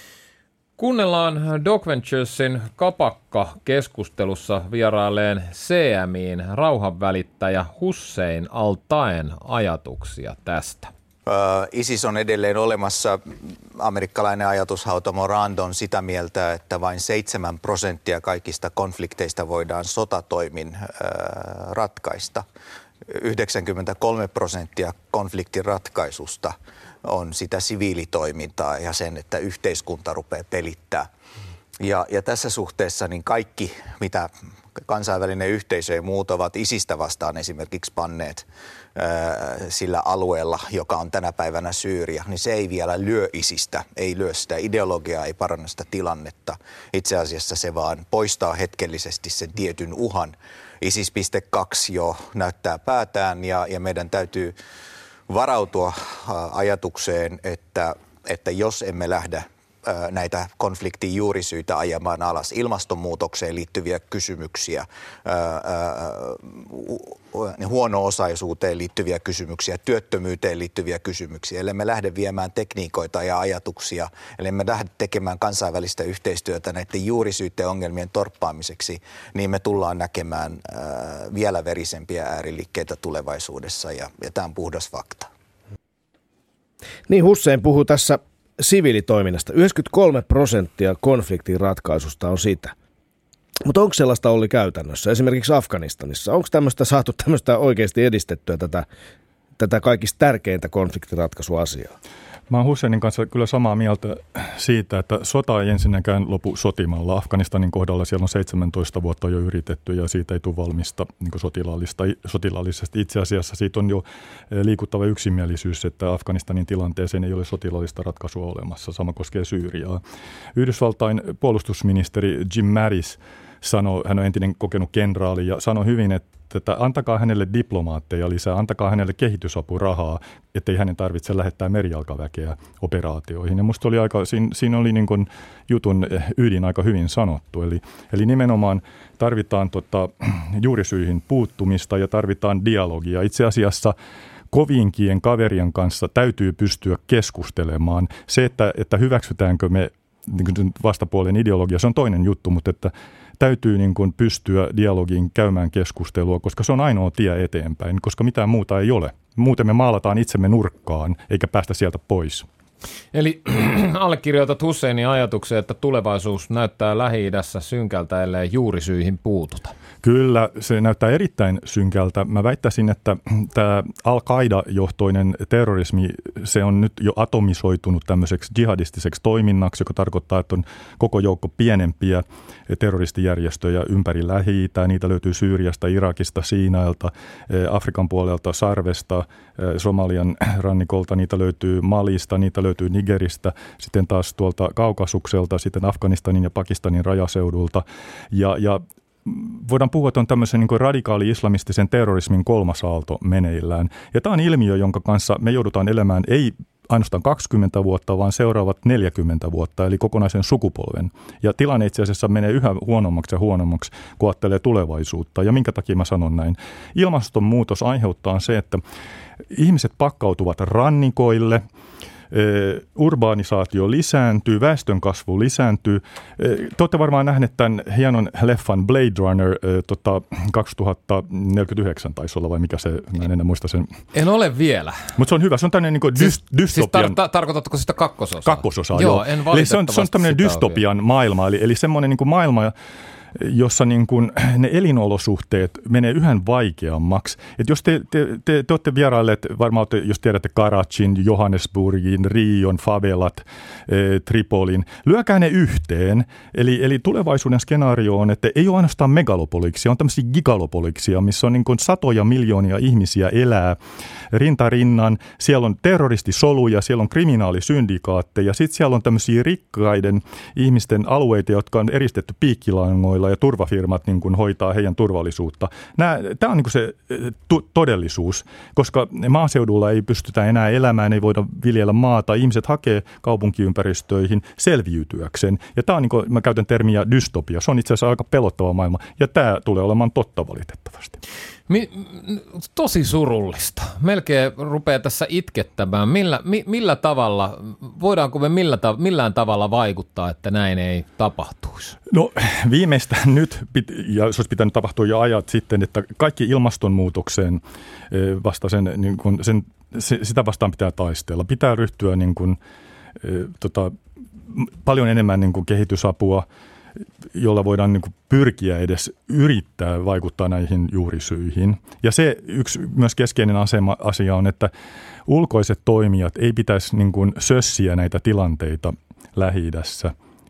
Kuunnellaan Doc Venturesin kapakka-keskustelussa vieraileen C M I:n rauhanvälittäjä Hussein al-Taeen ajatuksia tästä. ISIS on edelleen olemassa. Amerikkalainen ajatushautomo Rand on sitä mieltä, että vain seitsemän prosenttia kaikista konflikteista voidaan sotatoimin ratkaista. yhdeksänkymmentäkolme prosenttia konfliktin ratkaisusta on sitä siviilitoimintaa ja sen, että yhteiskunta rupeaa pelittää. Ja, ja tässä suhteessa niin kaikki, mitä kansainvälinen yhteisö ja muut ovat ISISistä vastaan esimerkiksi panneet ää, sillä alueella, joka on tänä päivänä Syyria, niin se ei vielä lyö ISISistä, ei lyö sitä ideologiaa, ei paranna sitä tilannetta. Itse asiassa se vaan poistaa hetkellisesti sen tietyn uhan. ISIS piste kaksi jo näyttää päätään ja, ja meidän täytyy varautua ää, ajatukseen, että, että jos emme lähde näitä konfliktin juurisyitä ajamaan alas, ilmastonmuutokseen liittyviä kysymyksiä, huono-osaisuuteen liittyviä kysymyksiä, työttömyyteen liittyviä kysymyksiä. Ellei me lähde viemään tekniikoita ja ajatuksia, ellei me lähde tekemään kansainvälistä yhteistyötä näiden juurisyiden ongelmien torppaamiseksi, niin me tullaan näkemään vielä verisempiä ääriliikkeitä tulevaisuudessa ja, ja tämä on puhdas fakta. Niin Hussein puhuu tässä siviilitoiminnasta. yhdeksänkymmentäkolme prosenttia konfliktin ratkaisusta on sitä. Mutta onko sellaista ollut käytännössä? Esimerkiksi Afganistanissa. Onko tämmöistä saatu tämmöistä oikeasti edistettyä tätä, tätä kaikista tärkeintä konfliktiratkaisuasiaa? Mä oon Husseinin kanssa kyllä samaa mieltä siitä, että sota ei ensinnäkään lopu sotimalla. Afganistanin kohdalla siellä on seitsemäntoista vuotta jo yritetty ja siitä ei tule valmista niin sotilaallista, sotilaallisesti. Itse asiassa siitä on jo liikuttava yksimielisyys, että Afganistanin tilanteeseen ei ole sotilaallista ratkaisua olemassa. Sama koskee Syyriaa. Yhdysvaltain puolustusministeri Jim Mattis sanoi, hän on entinen kokenut kenraali ja sanoi hyvin, että että antakaa hänelle diplomaatteja lisää, antakaa hänelle kehitysapurahaa, ettei hänen tarvitse lähettää merijalkaväkeä operaatioihin. Ja musta oli aika, siinä, siinä oli niin kuin jutun ydin aika hyvin sanottu. Eli, eli nimenomaan tarvitaan tota, juurisyihin puuttumista ja tarvitaan dialogia. Itse asiassa kovinkien kaverien kanssa täytyy pystyä keskustelemaan. Se, että, että hyväksytäänkö me niin vastapuolen ideologia, se on toinen juttu, mutta että täytyy niin kuin pystyä dialogiin käymään keskustelua, koska se on ainoa tie eteenpäin, koska mitään muuta ei ole. Muuten me maalataan itsemme nurkkaan, eikä päästä sieltä pois. Eli allekirjoitat Husseinin ajatuksen, että tulevaisuus näyttää Lähi-idässä synkältä, ellei juurisyihin puututa. Kyllä, se näyttää erittäin synkältä. Mä väittäisin, että tämä Al-Qaida-johtoinen terrorismi, se on nyt jo atomisoitunut tämmöiseksi jihadistiseksi toiminnaksi, joka tarkoittaa, että on koko joukko pienempiä terroristijärjestöjä ympäri Lähi-itää. Niitä löytyy Syyriasta, Irakista, Siinailta, Afrikan puolelta, Sarvesta, Somalian rannikolta, niitä löytyy Malista, niitä löytyy Nigeristä, sitten taas tuolta Kaukasukselta, sitten Afganistanin ja Pakistanin rajaseudulta. Ja, ja voidaan puhua, että on tämmöisen niin kuin radikaali-islamistisen terrorismin kolmas aalto meneillään. Ja tämä on ilmiö, jonka kanssa me joudutaan elämään ei ainoastaan kaksikymmentä vuotta, vaan seuraavat neljäkymmentä vuotta, eli kokonaisen sukupolven. Ja tilanne itse asiassa menee yhä huonommaksi ja huonommaksi, kun ajattelee tulevaisuutta. Ja minkä takia mä sanon näin? Ilmastonmuutos aiheuttaa se, että ihmiset pakkautuvat rannikoille, urbanisaatio lisääntyy, väestönkasvu lisääntyy. Te olette varmaan nähneet tämän hienon leffan Blade Runner tota, kaksituhattaneljäkymmentäyhdeksän taisi olla, vai mikä se, mä en enää muista sen. En ole vielä. Mutta se on hyvä, se on tämmöinen niin kuin siis, dystopian. Siis tar- tarkoitatko sitä kakkososaa? Kakkososaa, joo. joo. En eli se on, se on tämmöinen dystopian maailma, eli, eli semmoinen niin kuin maailma, jossa niin kuin ne elinolosuhteet menee yhä vaikeammaksi. Et jos te, te, te, te olette vierailleet, varmaan te, jos tiedätte Karachin, Johannesburgin, Rion, favelat, eh, Tripolin, lyökää ne yhteen. Eli, eli tulevaisuuden skenaario on, että ei ole ainoastaan megalopoliksia, on tämmöisiä gigalopoliksia, missä on niin kuin satoja miljoonia ihmisiä elää rintarinnan. Siellä on terroristisoluja, siellä on kriminaalisyndikaatteja, sitten siellä on tämmöisiä rikkaiden ihmisten alueita, jotka on eristetty piikkilangoilla ja turvafirmat niin kuin hoitaa heidän turvallisuutta. Tämä on niin kuin se tu- todellisuus, koska maaseudulla ei pystytä enää elämään, ei voida viljellä maata. Ihmiset hakee kaupunkiympäristöihin selviytyäkseen. Ja tämä on, niin kuin, mä käytän termiä dystopia, se on itse asiassa aika pelottava maailma. Ja tämä tulee olemaan totta valitettavasti. Mi- tosi surullista. Melkein rupeaa tässä itkettämään. Millä, mi- millä tavalla, voidaanko me millä ta- millään tavalla vaikuttaa, että näin ei tapahtuisi? No viimeistään nyt, ja se olisi pitänyt tapahtua jo ajat sitten, että kaikki ilmastonmuutokseen vastaisen, niin kuin sen, sitä vastaan pitää taistella. Pitää ryhtyä niin kuin, tota, paljon enemmän niin kuin kehitysapua, jolla voidaan niin kuin pyrkiä edes yrittää vaikuttaa näihin juurisyihin. Ja se yksi myös keskeinen asema, asia on, että ulkoiset toimijat ei pitäisi niin kuin sössiä näitä tilanteita Lähi-idässä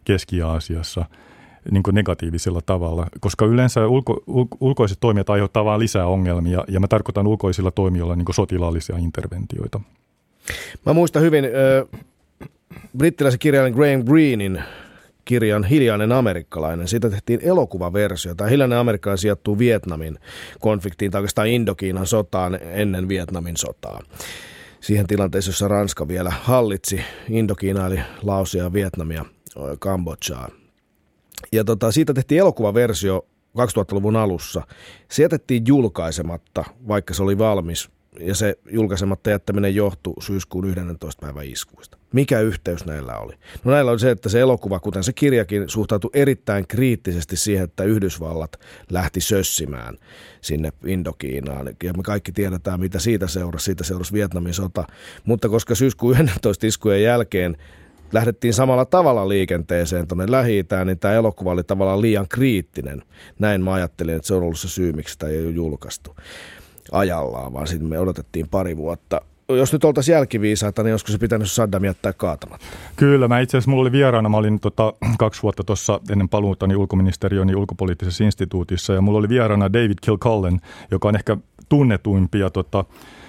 Keski-Aasiassa niin kuin negatiivisella tavalla, koska yleensä ulko, ulko, ulkoiset toimijat aiheuttavat vaan lisää ongelmia, ja mä tarkoitan ulkoisilla toimijoilla niin kuin sotilaallisia interventioita. Mä muistan hyvin äh, brittiläisen kirjailijan Graham Greenein kirjan Hiljainen amerikkalainen. Siitä tehtiin elokuvaversio. Tämä Hiljainen amerikkalainen sijoittuu Vietnamin konfliktiin, tai oikeastaan Indokiinan sotaan ennen Vietnamin sotaa. Siihen tilanteessa, jossa Ranska vielä hallitsi Indokiinaa, eli Laosia, Vietnamia, Kambodžaa. Ja tota, siitä tehtiin elokuvaversio kaksituhattaluvun alussa. Se jätettiin julkaisematta, vaikka se oli valmis, ja se julkaisematta jättäminen johtui syyskuun yhdennentoista päivän iskuista. Mikä yhteys näillä oli? No näillä oli se, että se elokuva, kuten se kirjakin, suhtautui erittäin kriittisesti siihen, että Yhdysvallat lähti sössimään sinne Indokiinaan. Ja me kaikki tiedetään, mitä siitä seurasi. Siitä seurasi Vietnamin sota. Mutta koska syyskuun yhdennentoista iskujen jälkeen lähdettiin samalla tavalla liikenteeseen tuonne Lähi-Itään, niin tämä elokuva oli tavallaan liian kriittinen. Näin mä ajattelin, että se on ollut se syy, miksi sitä ei ole julkaistu ajallaan, vaan sitten me odotettiin pari vuotta. Jos nyt oltaisiin jälkiviisaita, niin olisiko se pitänyt Saddam jättää kaatamatta? Kyllä, mä itse asiassa, mulla oli vieraana, mä olin tota, kaksi vuotta tuossa ennen paluutani ulkoministeriön ulkopoliittisessa instituutissa, ja mulla oli vieraana David Kilcullen, joka on ehkä tunnetuimpia tota,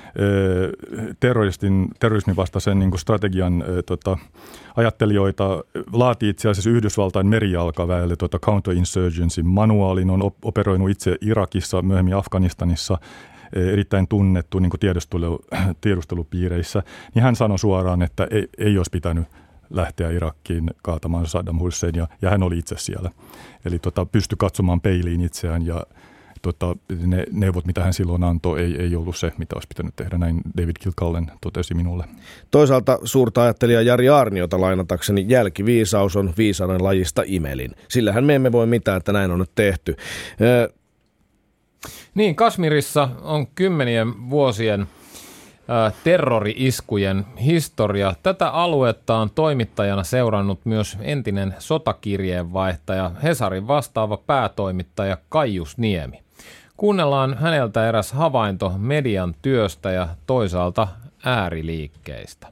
terroristin, terrorismin vastaisen niin kuin strategian tota, ajattelijoita, laati itse asiassa Yhdysvaltain merijalkaväelle tota counterinsurgency manuaalin, on operoinut itse Irakissa, myöhemmin Afganistanissa, erittäin tunnettu niin kuin tiedustelu, tiedustelupiireissä, niin hän sanoi suoraan, että ei, ei olisi pitänyt lähteä Irakkiin kaatamaan Saddam Hussein, ja, ja hän oli itse siellä. Eli tota, pystyi katsomaan peiliin itseään, ja tota, ne neuvot, mitä hän silloin antoi, ei, ei ollut se, mitä olisi pitänyt tehdä. Näin David Kilcullen totesi minulle. Toisaalta suurta ajattelija Jari Aarniota lainatakseni, jälkiviisaus on viisauden lajista imelin. Sillähän me emme voi mitään, että näin on nyt tehty. Ö- Niin, Kashmirissa on kymmenien vuosien ä, terrori-iskujen historia. Tätä aluetta on toimittajana seurannut myös entinen sotakirjeenvaihtaja, Hesarin vastaava päätoimittaja Kaijus Niemi. Kuunnellaan häneltä eräs havainto median työstä ja toisaalta ääriliikkeistä.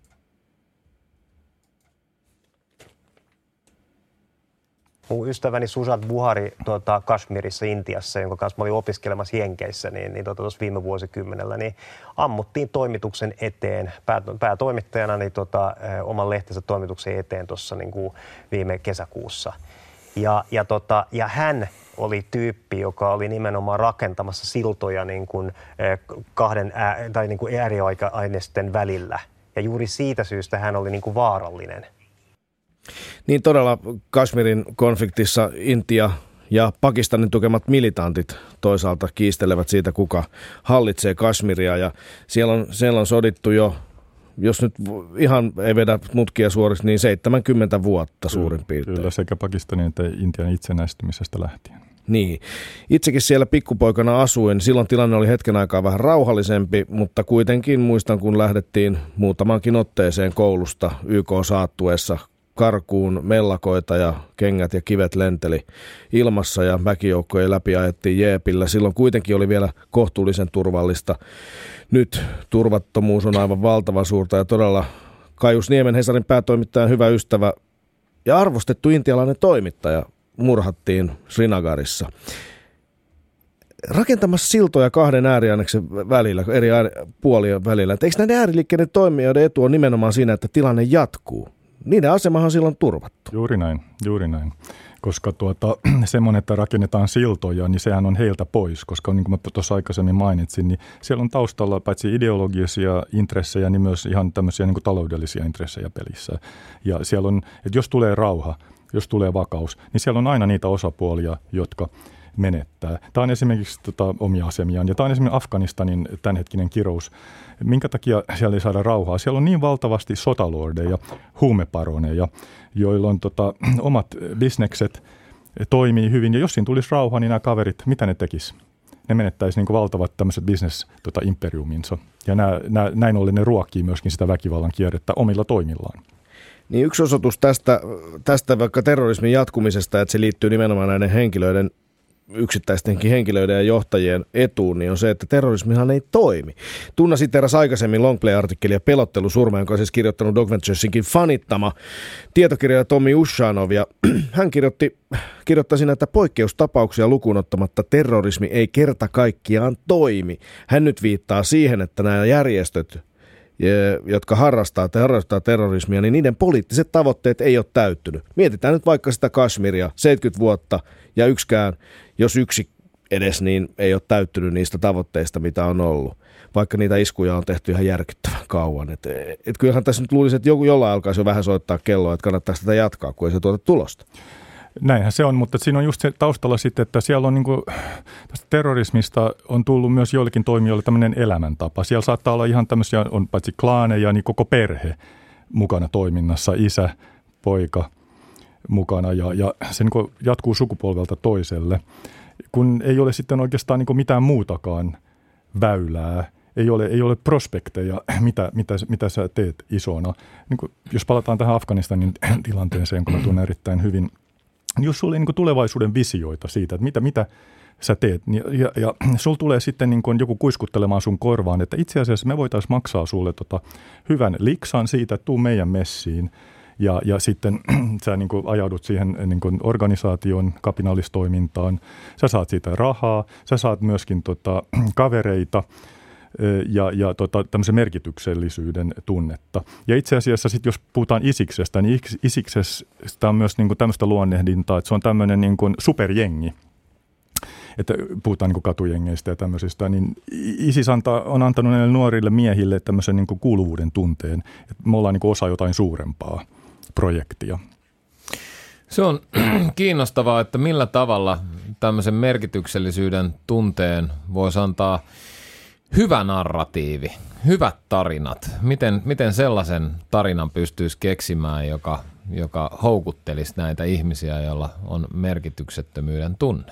Mun ystäväni Sujat Buhari tuota, Kashmirissa, Intiassa, jonka kanssa mä olin opiskelemassa Jenkeissä, niin, niin tuota, tuossa viime vuosikymmenellä, niin ammuttiin toimituksen eteen, pää, päätoimittajana niin, tuota, oman lehtensä toimituksen eteen tuossa niin kuin viime kesäkuussa. Ja, ja, tota, ja hän oli tyyppi, joka oli nimenomaan rakentamassa siltoja niin kuin, kahden ää, tai niin kuin ääriaineisten välillä. Ja juuri siitä syystä hän oli niin kuin vaarallinen. Niin todella Kashmirin konfliktissa Intia ja Pakistanin tukemat militantit toisaalta kiistelevät siitä, kuka hallitsee Kashmiria. Ja siellä on, siellä on sodittu jo, jos nyt ihan ei vedä mutkia suoriksi, niin seitsemänkymmentä vuotta suurin piirtein. Kyllä, sekä Pakistanin että Intian itsenäistymisestä lähtien. Niin. Itsekin siellä pikkupoikana asuin. Silloin tilanne oli hetken aikaa vähän rauhallisempi, mutta kuitenkin muistan, kun lähdettiin muutamankin otteeseen koulusta Y K-saattuessa karkuun mellakoita ja kengät ja kivet lenteli ilmassa ja väkijoukkojen läpi ajettiin jeepillä. Silloin kuitenkin oli vielä kohtuullisen turvallista. Nyt turvattomuus on aivan valtavan suurta ja todella Kaijus Niemen, Hesarin päätoimittajan hyvä ystävä ja arvostettu intialainen toimittaja murhattiin Srinagarissa. Rakentamassa siltoja kahden ääriaineksen välillä, eri puolien välillä. Et eikö näiden ääriliikkeiden toimijoiden etu on nimenomaan siinä, että tilanne jatkuu? Niiden asemahan on silloin turvattu. Juuri näin, juuri näin. Koska tuota, semmoinen, että rakennetaan siltoja, niin sehän on heiltä pois. Koska niin kuin mä tuossa aikaisemmin mainitsin, niin siellä on taustalla paitsi ideologisia intressejä, niin myös ihan tämmöisiä niin kuin taloudellisia intressejä pelissä. Ja siellä on, että jos tulee rauha, jos tulee vakaus, niin siellä on aina niitä osapuolia, jotka menettää. Tämä on esimerkiksi tota, omia asemiaan. Ja tämä on esimerkiksi Afganistanin tämänhetkinen kirous. Minkä takia siellä ei saada rauhaa? Siellä on niin valtavasti sotalordeja, huumeparoneja, joilla on tota, omat bisnekset, toimii hyvin. Ja jos siinä tulisi rauha, niin nämä kaverit, mitä ne tekisi? Ne menettäisi niin kuin valtavat tämmöiset business-imperiuminsa. Tota, ja nämä, nämä, näin ollen ne ruokkii myöskin sitä väkivallan kierrettä omilla toimillaan. Niin yksi osoitus tästä, tästä vaikka terrorismin jatkumisesta, että se liittyy nimenomaan näiden henkilöiden yksittäistenkin henkilöiden ja johtajien etuun, niin on se, että terrorismihan ei toimi. Tunna siteerasi aikaisemmin Longplay-artikkelia Pelottelusurma, jonka on siis kirjoittanut Dog Venturesinkin fanittama tietokirjailija Tommy Ushanov, ja hän kirjoitti, kirjoitti siinä, että poikkeustapauksia lukuun ottamatta terrorismi ei kerta kaikkiaan toimi. Hän nyt viittaa siihen, että nämä järjestöt, jotka harrastaa, harrastaa terrorismia, niin niiden poliittiset tavoitteet ei ole täyttynyt. Mietitään nyt vaikka sitä Kashmiria, seitsemänkymmentä vuotta, ja yksikään, jos yksi edes, niin ei ole täyttynyt niistä tavoitteista, mitä on ollut. Vaikka niitä iskuja on tehty ihan järkyttävän kauan. Et, et kyllähän tässä nyt luulisi, että joku jollain alkaisi jo vähän soittaa kelloa, että kannattaisi tätä jatkaa, kun ei se tuota tulosta. Näinhän se on, mutta siinä on just se taustalla sitten, että siellä on niin kuin, tästä terrorismista on tullut myös joillekin toimijoille tämmöinen elämäntapa. Siellä saattaa olla ihan tämmöisiä, on paitsi klaaneja, niin koko perhe mukana toiminnassa, isä, poika mukana ja, ja se niin kuin jatkuu sukupolvelta toiselle, kun ei ole sitten oikeastaan niin kuin mitään muutakaan väylää. Ei ole, ei ole prospekteja, mitä, mitä, mitä sä teet isona. Niin kuin, jos palataan tähän Afganistanin tilanteeseen, kun mä tunnen erittäin hyvin, jos sulla ei niin tulevaisuuden visioita siitä, että mitä, mitä sä teet, ja, ja sulla tulee sitten niin joku kuiskuttelemaan sun korvaan, että itse asiassa me voitaisiin maksaa sulle tota hyvän liksan siitä, että tuu meidän messiin, ja, ja sitten sä niin ajaudut siihen niin organisaation kapinaalistoimintaan, sä saat siitä rahaa, sä saat myöskin tota, kavereita, ja, ja tota, tämmöisen merkityksellisyyden tunnetta. Ja itse asiassa sitten jos puhutaan Isiksestä, niin Isiksestä on myös niin kuin tämmöistä luonnehdintaa, että se on tämmöinen niin kuin superjengi. Että puhutaan niin kuin katujengeistä ja tämmöisistä, niin ISIS antaa, on antanut näille nuorille miehille tämmöisen niin kuin kuuluvuuden tunteen, että me ollaan niin kuin osa jotain suurempaa projektia. Se on kiinnostavaa, että millä tavalla tämmöisen merkityksellisyyden tunteen voisi antaa hyvä narratiivi, hyvät tarinat. Miten, miten sellaisen tarinan pystyisi keksimään, joka, joka houkuttelisi näitä ihmisiä, joilla on merkityksettömyyden tunne?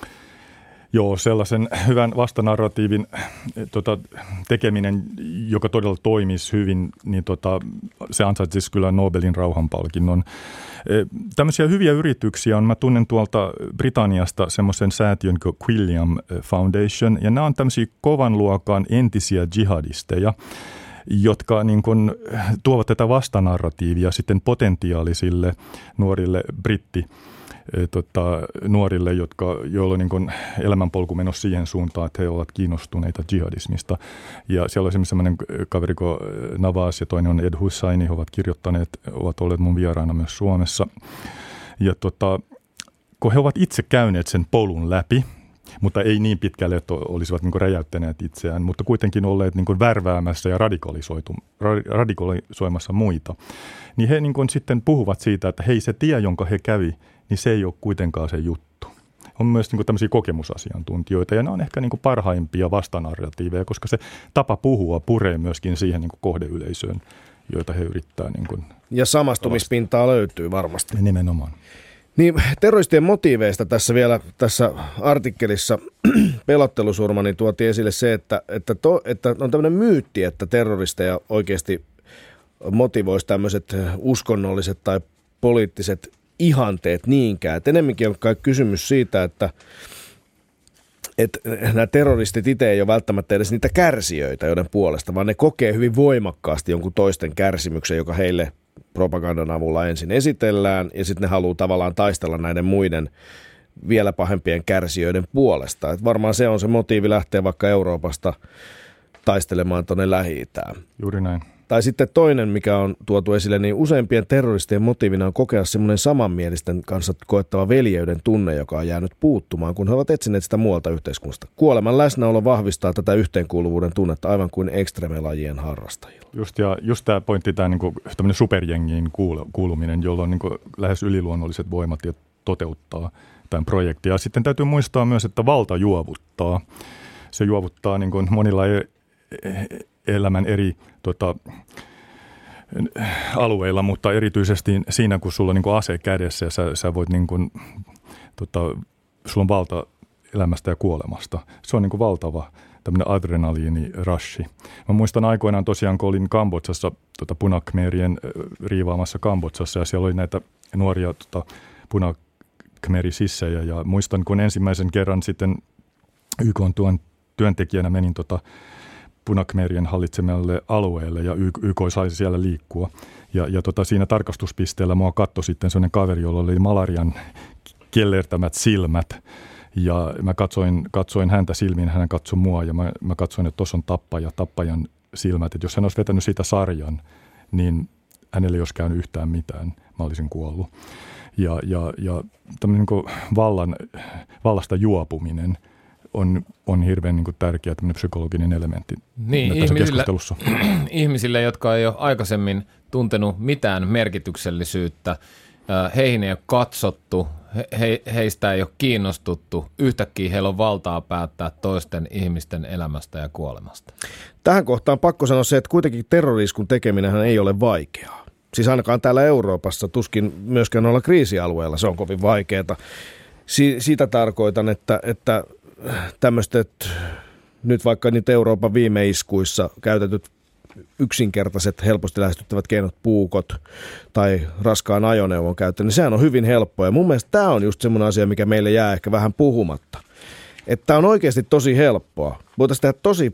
Joo, sellaisen hyvän vastanarratiivin tota, tekeminen, joka todella toimisi hyvin, niin tota, se ansaitsisi kyllä Nobelin rauhanpalkinnon. Tämmöisiä hyviä yrityksiä on, mä tunnen tuolta Britanniasta semmoisen säätiön kuin Quilliam Foundation, ja nämä on tämmöisiä kovan luokan entisiä jihadisteja, jotka niin kuin tuovat tätä vastanarratiivia sitten potentiaalisille nuorille britti Tota, nuorille, jotka, joilla on niin kuin elämänpolku menossa siihen suuntaan, että he ovat kiinnostuneita jihadismista. Ja siellä on esimerkiksi sellainen kaveri kuin Navas ja toinen on Ed Hussaini, he ovat kirjoittaneet, ovat olleet mun vieraana myös Suomessa. Ja tota, kun he ovat itse käyneet sen polun läpi, mutta ei niin pitkälle, että olisivat niin kuin räjäyttäneet itseään, mutta kuitenkin olleet niin kuin värväämässä ja radikalisoimassa muita, niin he niin kuin sitten puhuvat siitä, että hei, se tie, jonka he kävi, niin se ei ole kuitenkaan se juttu. On myös niin kuin tämmöisiä kokemusasiantuntijoita, ja nämä on ehkä niin kuin parhaimpia vastanarratiiveja, koska se tapa puhua puree myöskin siihen niin kuin kohdeyleisöön, joita he yrittää. Niin kuin ja samastumispintaa löytyy varmasti. Nimenomaan. Niin, terroristien motiiveista tässä vielä tässä artikkelissa Pelottelusurma niin tuotiin esille se, että, että, to, että on tämmöinen myytti, että terroristeja oikeasti motivoisi tämmöiset uskonnolliset tai poliittiset ihanteet niinkään. Et enemmänkin on kai kysymys siitä, että, että nämä terroristit itse ei ole välttämättä edes niitä kärsijöitä, joiden puolesta, vaan ne kokee hyvin voimakkaasti jonkun toisten kärsimyksen, joka heille propagandan avulla ensin esitellään, ja sitten ne haluaa tavallaan taistella näiden muiden vielä pahempien kärsijöiden puolesta. Et varmaan se on se motiivi lähteä vaikka Euroopasta taistelemaan tuonne Lähi-Itään. Juuri näin. Tai sitten toinen, mikä on tuotu esille, niin useimpien terroristien motiivina on kokea semmoinen samanmielisten kanssa koettava veljeyden tunne, joka on jäänyt puuttumaan, kun he ovat etsineet sitä muualta yhteiskunnasta. Kuoleman läsnäolo vahvistaa tätä yhteenkuuluvuuden tunnetta aivan kuin ekstremelajien harrastajilla. Just, ja just tämä pointti, tämä niin tämmöinen superjengiin kuuluminen, jolla on niin kuin lähes yliluonnolliset voimat ja toteuttaa tämän projektin. Ja sitten täytyy muistaa myös, että valta juovuttaa. Se juovuttaa niin kuin monilla elämän eri tota, alueilla, mutta erityisesti siinä, kun sulla on niin kuin ase kädessä ja sä, sä voit, niin kuin, tota, sulla on valta elämästä ja kuolemasta. Se on niin kuin valtava tämmöinen adrenaliinirashi. Mä muistan aikoinaan tosiaan, kun olin Kambodsassa, tota, punakmeerien riivaamassa Kambodsassa, ja siellä oli näitä nuoria tota, punakmeerien punakmerisissejä. Ja muistan, kun ensimmäisen kerran sitten Y K:n tuon työntekijänä menin tota punakmerien hallitsemalle alueelle ja Y K saisi siellä liikkua. Ja, ja tota, siinä tarkastuspisteellä mua katsoi sitten sellainen kaveri, jolla oli malarian kellertämät silmät. Ja mä katsoin, katsoin häntä silmiin, hän katsoi mua ja mä, mä katsoin, että tuossa on tappaja, tappajan silmät. Että jos hän olisi vetänyt siitä sarjan, niin hänelle ei olisi käynyt yhtään mitään. Mä olisin kuollut. Ja, ja, ja tämmöinen niin kuin vallan, vallasta juopuminen on, on hirveän niin kuin tärkeä tämmöinen psykologinen elementti niin, tässä ihmisille, keskustelussa. Ihmisille, jotka ei ole aikaisemmin tuntenut mitään merkityksellisyyttä, heihin ei ole katsottu, he, heistä ei ole kiinnostuttu, yhtäkkiä heillä on valtaa päättää toisten ihmisten elämästä ja kuolemasta. Tähän kohtaan pakko sanoa se, että kuitenkin terrori-iskun tekeminenhän ei ole vaikeaa. Siis ainakaan täällä Euroopassa, tuskin myöskään noilla kriisialueilla se on kovin vaikeaa. Si- siitä tarkoitan, että, että tämmöiset nyt vaikka nyt Euroopan viime iskuissa käytetyt yksinkertaiset, helposti lähestyttävät keinot, puukot tai raskaan ajoneuvon käyttö, niin sehän on hyvin helppoa. Ja mun mielestä tämä on just semmoinen asia, mikä meille jää ehkä vähän puhumatta. Että tämä on oikeasti tosi helppoa. Voitaisiin tehdä tosi,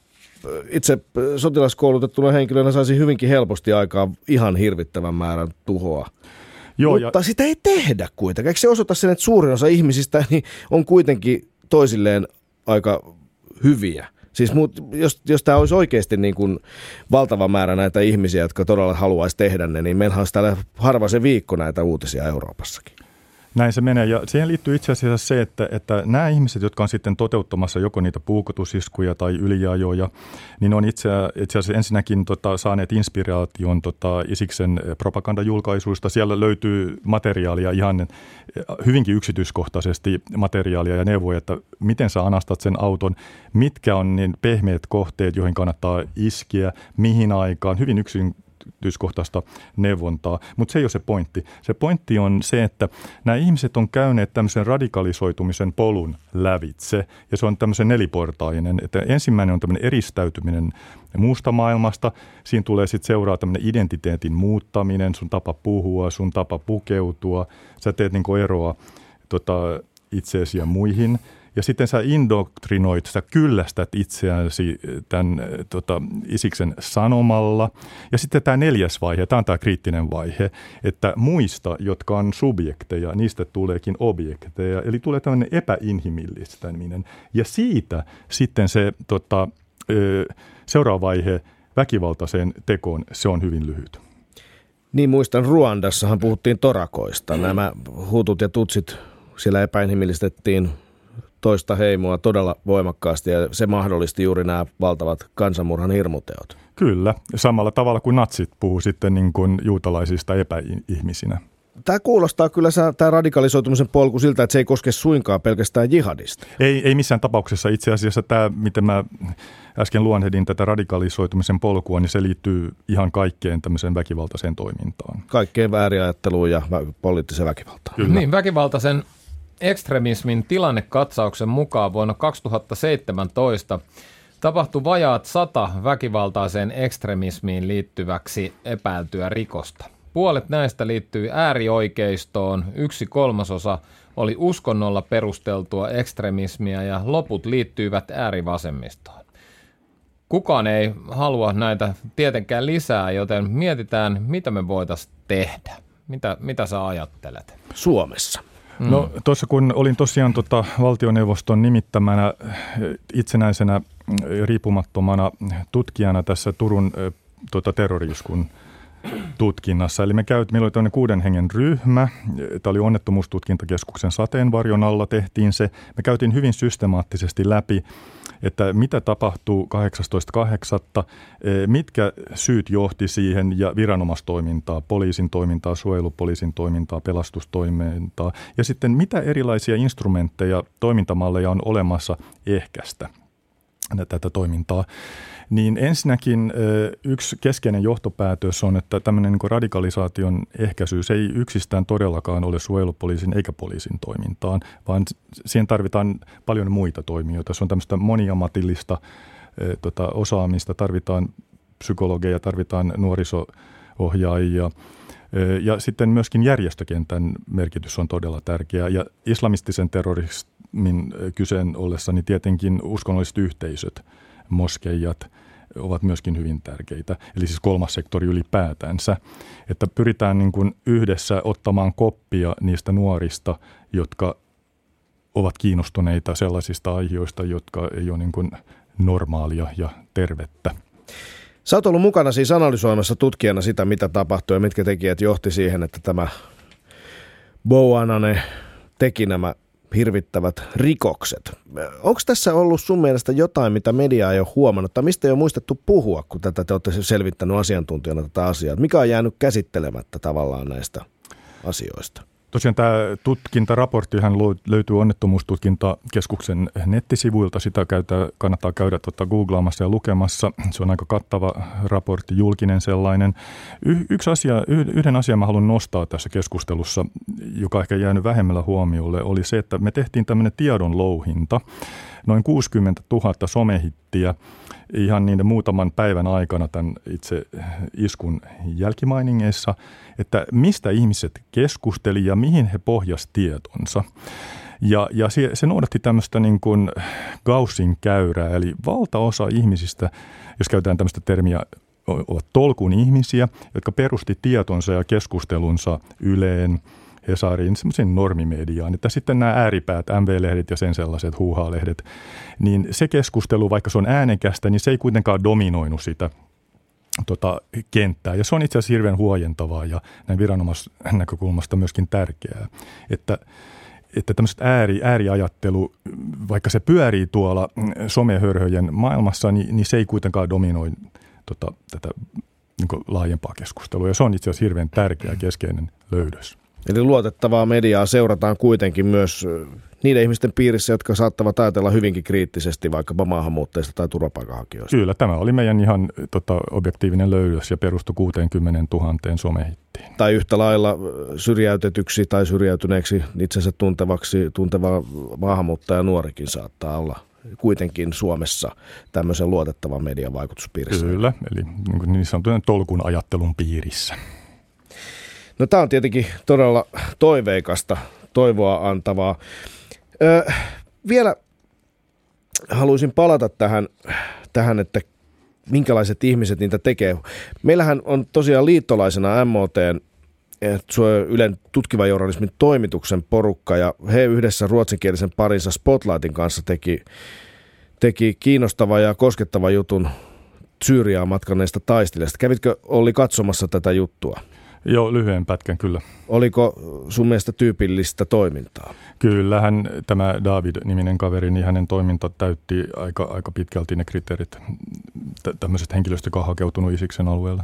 itse sotilaskoulutettuna henkilönä saisi hyvinkin helposti aikaan ihan hirvittävän määrän tuhoa. Joo, mutta ja sitä ei tehdä kuitenkaan. Eikö se osoita sen, että suurin osa ihmisistä niin on kuitenkin toisilleen aika hyviä? Siis muut, jos, jos tämä olisi oikeasti niin kuin valtava määrä näitä ihmisiä, jotka todella haluaisi tehdä ne, niin meillähän olisi täällä harva se viikko näitä uutisia Euroopassakin. Näin se menee, ja siihen liittyy itse asiassa se, että, että nämä ihmiset, jotka on sitten toteuttamassa joko niitä puukotusiskuja tai yliajoja, niin on itse, itse asiassa ensinnäkin tota, saaneet inspiraation tota, Isiksen propagandajulkaisuista. Siellä löytyy materiaalia ihan hyvinkin yksityiskohtaisesti materiaalia ja neuvoja, että miten sä anastat sen auton, mitkä on niin pehmeät kohteet, joihin kannattaa iskeä, mihin aikaan, hyvin yksin yksityiskohtaista neuvontaa, mutta se ei ole se pointti. Se pointti on se, että nämä ihmiset on käyneet tämmöisen radikalisoitumisen polun lävitse, ja se on tämmöisen neliportainen, että ensimmäinen on tämmöinen eristäytyminen muusta maailmasta, siinä tulee sitten seuraa tämmöinen identiteetin muuttaminen, sun tapa puhua, sun tapa pukeutua, sä teet niinku eroa tota, itseesi ja muihin. Ja sitten sä indoktrinoit, sä kyllästät itseäsi tämän tota, Isiksen sanomalla. Ja sitten tämä neljäs vaihe, tämä on tämä kriittinen vaihe, että muista, jotka on subjekteja, niistä tuleekin objekteja. Eli tulee tämmöinen epäinhimillistäminen. Ja siitä sitten se tota, seuraava vaihe väkivaltaiseen tekoon, se on hyvin lyhyt. Niin muistan, Ruandassahan puhuttiin torakoista. Nämä hutut ja tutsit siellä epäinhimillistettiin toista heimoa todella voimakkaasti, ja se mahdollisti juuri nämä valtavat kansanmurhan hirmuteot. Kyllä, samalla tavalla kuin natsit puhuu sitten niin kuin juutalaisista epäihmisinä. Tämä kuulostaa kyllä tämä radikalisoitumisen polku siltä, että se ei koske suinkaan pelkästään jihadista. Ei, ei missään tapauksessa. Itse asiassa tämä, miten mä äsken luonhehdin tätä radikalisoitumisen polkua, niin se liittyy ihan kaikkeen tämmöiseen väkivaltaiseen toimintaan. Kaikkeen väärinajatteluun ja poliittiseen väkivaltaan. Kyllä. Niin, väkivaltaisen ekstremismin tilannekatsauksen mukaan vuonna kaksituhattaseitsemäntoista tapahtui vajaat sata väkivaltaiseen ekstremismiin liittyväksi epäiltyä rikosta. Puolet näistä liittyi äärioikeistoon, yksi kolmasosa oli uskonnolla perusteltua ekstremismiä ja loput liittyivät äärivasemmistoon. Kukaan ei halua näitä tietenkään lisää, joten mietitään, mitä me voitaisiin tehdä. Mitä, mitä sä ajattelet? Suomessa. No tuossa kun olin tosiaan tota, valtioneuvoston nimittämänä itsenäisenä riippumattomana tutkijana tässä Turun tota, terrori-iskun tutkinnassa. Eli me käytiin, meillä oli tämmöinen kuuden hengen ryhmä, tämä oli Onnettomuustutkintakeskuksen sateenvarjon alla tehtiin se. Me käytiin hyvin systemaattisesti läpi, että mitä tapahtuu kahdeksastoista kahdeksatta mitkä syyt johti siihen ja viranomaistoimintaa, poliisin toimintaa, suojelupoliisin toimintaa, pelastustoimintaa ja sitten mitä erilaisia instrumentteja, toimintamalleja on olemassa ehkäistä tätä toimintaa. Niin ensinnäkin yksi keskeinen johtopäätös on, että tämmöinen niin radikalisaation ehkäisy se ei yksistään todellakaan ole suojelupoliisin eikä poliisin toimintaan, vaan siihen tarvitaan paljon muita toimijoita. Se on tämmöistä moniammatillista tota, osaamista, tarvitaan psykologeja, tarvitaan nuoriso-ohjaajia, Ja sitten myöskin järjestökentän merkitys on todella tärkeä. Ja islamistisen terrorismin kyseen ollessa, niin tietenkin uskonnolliset yhteisöt, moskeijat ovat myöskin hyvin tärkeitä. Eli siis kolmas sektori ylipäätänsä. Että pyritään niin kuin yhdessä ottamaan koppia niistä nuorista, jotka ovat kiinnostuneita sellaisista aiheista, jotka ei ole niin kuin normaalia ja tervettä. Sä oot ollut mukana siis analysoimassa tutkijana sitä, mitä tapahtui ja mitkä tekijät johti siihen, että tämä Bouanane teki nämä hirvittävät rikokset. Onko tässä ollut sun mielestä jotain, mitä media ei ole huomannut, tai mistä ei ole muistettu puhua, kun tätä te olette selvittänyt asiantuntijana tätä asiaa? Mikä on jäänyt käsittelemättä tavallaan näistä asioista? Tosiaan tämä tutkintaraporttihan löytyy Onnettomuustutkintakeskuksen nettisivuilta. Sitä käytä, kannattaa käydä tuota googlaamassa ja lukemassa. Se on aika kattava raportti, julkinen sellainen. Y- yksi asia, yhden asian mä haluan nostaa tässä keskustelussa, joka ehkä jäänyt vähemmällä huomiolle, oli se, että me tehtiin tämmöinen tiedon louhinta. Noin kuusikymmentätuhatta somehittiä ihan niiden muutaman päivän aikana tämän itse iskun jälkimainingeissa, että mistä ihmiset keskusteli ja mihin he pohjasivat tietonsa. Ja, ja se, se noudatti tämmöistä niin kuin Gaussin käyrää, eli valtaosa ihmisistä, jos käytetään tämmöistä termiä, ovat tolkun ihmisiä, jotka perusti tietonsa ja keskustelunsa Yleen, Hesariin, semmoisen normimediaan, että sitten nämä ääripäät, M V-lehdet ja sen sellaiset huuhaa-lehdet, niin se keskustelu, vaikka se on äänekästä, niin se ei kuitenkaan dominoinut sitä tota, kenttää. Ja se on itse asiassa hirveän huojentavaa ja näin viranomaisnäkökulmasta myöskin tärkeää, että että tämmöiset ääri, ääriajattelu, vaikka se pyörii tuolla somehörhöjen maailmassa, niin, niin se ei kuitenkaan dominoi tota, tätä niin kuin laajempaa keskustelua. Ja se on itse asiassa hirveän tärkeä keskeinen löydös. Eli luotettavaa mediaa seurataan kuitenkin myös niiden ihmisten piirissä, jotka saattavat ajatella hyvinkin kriittisesti vaikkapa maahanmuuttajista tai turvapaikanhakijoista. Kyllä, tämä oli meidän ihan tota, objektiivinen löydös ja perustui kuusikymmentätuhatta somehittiin. Tai yhtä lailla syrjäytetyksi tai syrjäytyneeksi itsensä tuntevaksi tunteva maahanmuuttaja nuorikin saattaa olla kuitenkin Suomessa tämmöisen luotettavan median vaikutuspiirissä. Kyllä, eli niin sanotun tolkun ajattelun piirissä. No tämä on tietenkin todella toiveikasta, toivoa antavaa. Öö, vielä haluaisin palata tähän, tähän, että minkälaiset ihmiset niitä tekee. Meillähän on tosiaan liittolaisena M O T:n, Ylen tutkivan journalismin toimituksen porukka, ja he yhdessä ruotsinkielisen parinsa Spotlightin kanssa teki, teki kiinnostavan ja koskettavan jutun Syyriaan matkanneista taistelijoista. Kävitkö Olli katsomassa tätä juttua? Joo, lyhyen pätkän kyllä. Oliko sun mielestä tyypillistä toimintaa? Kyllähän tämä David-niminen kaveri, niin hänen toiminta täytti aika, aika pitkälti ne kriteerit tämmöisestä henkilöstä, joka on hakeutunut Isiksen alueelle.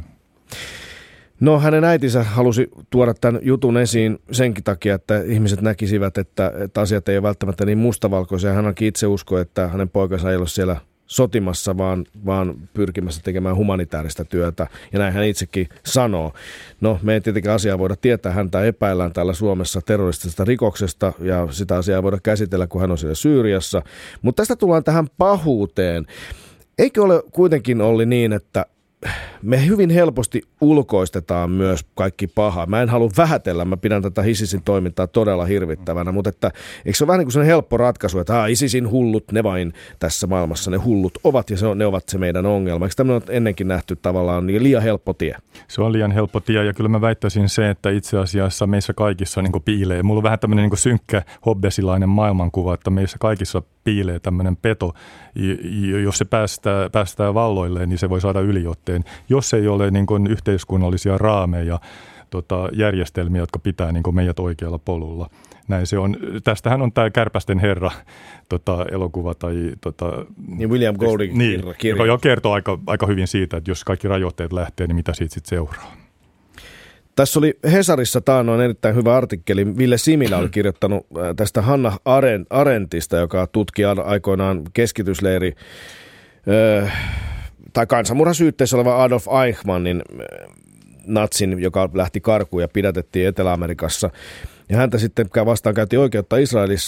No hänen äitinsä halusi tuoda tämän jutun esiin senkin takia, että ihmiset näkisivät, että, että asiat ei ole välttämättä niin mustavalkoisia. Hän ainakin itse uskoi, että hänen poikansa ei ole siellä sotimassa, vaan, vaan pyrkimässä tekemään humanitaarista työtä, ja näin hän itsekin sanoo. No, me ei tietenkin asiaa voida tietää, häntä epäillään täällä Suomessa terroristisesta rikoksesta, ja sitä asiaa voida käsitellä, kun hän on siellä Syyriassa. Mutta tästä tullaan tähän pahuuteen. Eikö ole kuitenkin Olli niin, että me hyvin helposti ulkoistetaan myös kaikki paha. Mä en halua vähätellä, mä pidän tätä ISISin toimintaa todella hirvittävänä, mutta että, eikö se ole vähän niin kuin sellainen helppo ratkaisu, että ah, ISISin hullut, ne vain tässä maailmassa ne hullut ovat, ja se on, ne ovat se meidän ongelma. Eikö tämmöinen on ennenkin nähty tavallaan niin liian helppo tie? Se on liian helppo tie, ja kyllä mä väittäisin se, että itse asiassa meissä kaikissa niin kuin piilee. Mulla on vähän tämmöinen niin kuin synkkä hobbesilainen maailmankuva, että meissä kaikissa piilee tämmöinen peto. Jos se päästää, päästää valloilleen, niin se voi saada yliotteen. Jos ei ole niin kuin yhteiskunnallisia raameja, tota, järjestelmiä, jotka pitää niin kuin meidät oikealla polulla. Näin se on. Tästähän on tämä Kärpästen herra tota, elokuva tai tota, niin William Golding niin, kirja. Joka jo kertoo aika, aika hyvin siitä, että jos kaikki rajoitteet lähtee, niin mitä siitä sitten seuraa. Tässä oli Hesarissa taannoin erittäin hyvä artikkeli. Ville Similä oli kirjoittanut tästä Hannah Arendtista, joka tutki aikoinaan keskitysleiri äh, tai kansanmurhasyytteessä oleva Adolf Eichmannin natsin, joka lähti karkuun ja pidätettiin Etelä-Amerikassa. Ja häntä sitten vastaan käytiin oikeutta Israelissa, niin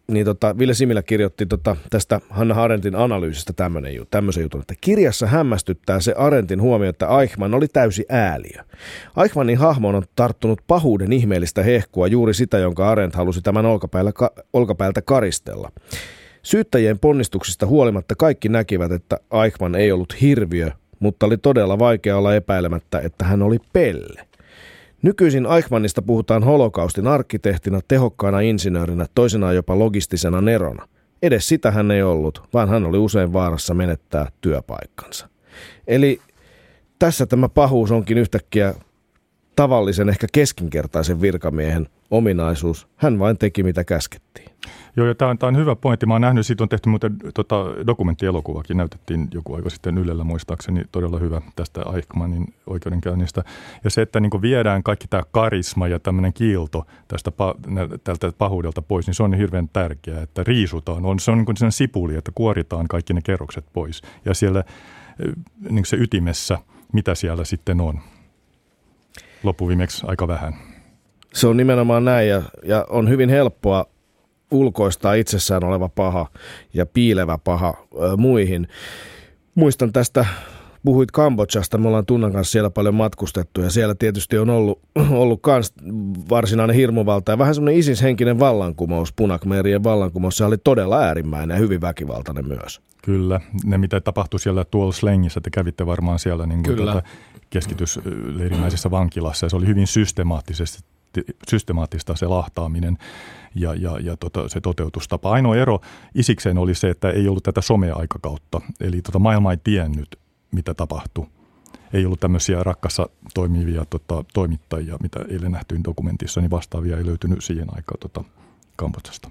niin tota, Ville Similä kirjoitti tota, tästä Hannah Arendtin analyysistä tämmöisen jutun, että kirjassa hämmästyttää se Arendtin huomio, että Eichmann oli täysi ääliö. Eichmannin hahmoon on tarttunut pahuuden ihmeellistä hehkua, juuri sitä, jonka Arendt halusi tämän olkapäältä karistella. Syyttäjien ponnistuksista huolimatta kaikki näkivät, että Eichmann ei ollut hirviö, mutta oli todella vaikea olla epäilemättä, että hän oli pelle. Nykyisin Eichmannista puhutaan holokaustin arkkitehtina, tehokkaana insinöörinä, toisenaan jopa logistisena nerona. Edes sitä hän ei ollut, vaan hän oli usein vaarassa menettää työpaikkansa. Eli tässä tämä pahuus onkin yhtäkkiä tavallisen, ehkä keskinkertaisen virkamiehen ominaisuus. Hän vain teki, mitä käskettiin. Joo, ja tämä on, tämä on hyvä pointti. Mä oon nähnyt, siitä on tehty muuten tota, dokumenttielokuvakin, näytettiin joku aika sitten Ylellä muistaakseni, todella hyvä tästä Eichmannin oikeudenkäynnistä. Ja se, että niin kuin viedään kaikki tämä karisma ja tämmöinen kiilto tästä tältä pahuudelta pois, niin se on hirveän tärkeää, että riisutaan. On, se on niin kuin sellainen sipuli, että kuoritaan kaikki ne kerrokset pois. Ja siellä niin kuin se ytimessä, mitä siellä sitten on. Loppuviimeksi aika vähän. Se on nimenomaan näin ja, ja on hyvin helppoa ulkoistaa itsessään oleva paha ja piilevä paha ö, muihin. Muistan tästä, puhuit Kambodžasta, me ollaan Tunnan kanssa siellä paljon matkustettu ja siellä tietysti on ollut, ollut kans varsinainen hirmuvalta ja vähän semmoinen ISIS-henkinen vallankumous, Punakmeerien vallankumous, se oli todella äärimmäinen ja hyvin väkivaltainen myös. Kyllä, ne mitä tapahtui siellä tuolla Slengissä, te kävitte varmaan siellä niin kuin tuota keskitysleirimäisessä vankilassa ja se oli hyvin systemaattisesti systemaattista se lahtaaminen ja, ja, ja tota, se toteutustapa. Ainoa ero Isikseen oli se, että ei ollut tätä somea-aikakautta. Eli tota, maailma ei tiennyt, mitä tapahtui. Ei ollut tämmöisiä rakkassa toimivia tota, toimittajia, mitä eilen nähtyin dokumentissa, niin vastaavia ei löytynyt siihen aikaan tota, Kambodžasta.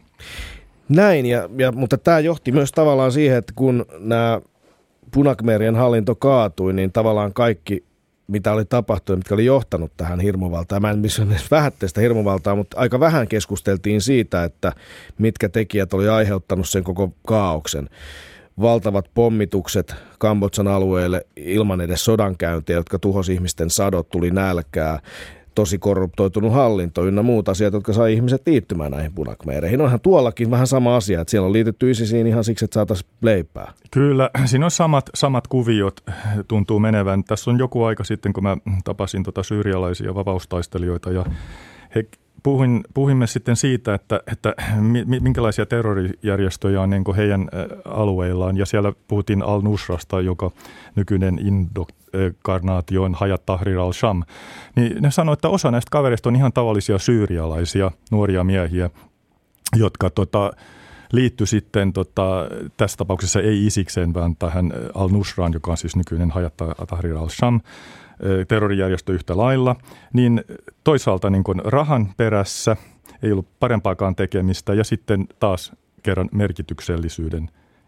Näin, ja, ja, mutta tämä johti myös tavallaan siihen, että kun nämä Punakmeerien hallinto kaatui, niin tavallaan kaikki mitä oli tapahtunut, mitkä oli johtanut tähän hirmuvaltaan. Mä en missään edes vähätteistä hirmuvaltaa, mutta aika vähän keskusteltiin siitä, että mitkä tekijät oli aiheuttanut sen koko kaaoksen. Valtavat pommitukset Kambodžan alueelle ilman edes sodankäyntiä, jotka tuhosi ihmisten sadot, tuli nälkää, tosi korruptoitunut hallinto ynnä muut asiat, jotka sai ihmiset liittymään näihin punakmeereihin. Onhan tuollakin vähän sama asia, että siellä on liitytty ISISiin ihan siksi, että saataisiin leipää. Kyllä, siinä on samat, samat kuviot tuntuu menevän. Tässä on joku aika sitten, kun mä tapasin tota syyrialaisia vapaustaistelijoita ja he puhuin, puhuimme sitten siitä, että, että minkälaisia terrorijärjestöjä on niin kuin heidän alueillaan. Ja siellä puhuttiin Al-Nusrasta, joka nykyinen indokarnaatio on Hayat Tahrir al-Sham. Niin ne sanoi, että osa näistä kavereista on ihan tavallisia syyrialaisia nuoria miehiä, jotka tota, liittyi sitten tota, tässä tapauksessa ei Isikseen, vaan tähän Al-Nusraan, joka on siis nykyinen Hayat Tahrir al-Sham, terrorijärjestö yhtä lailla, niin toisaalta niin kuin rahan perässä ei ollut parempaakaan tekemistä ja sitten taas kerran merkityksellisyyden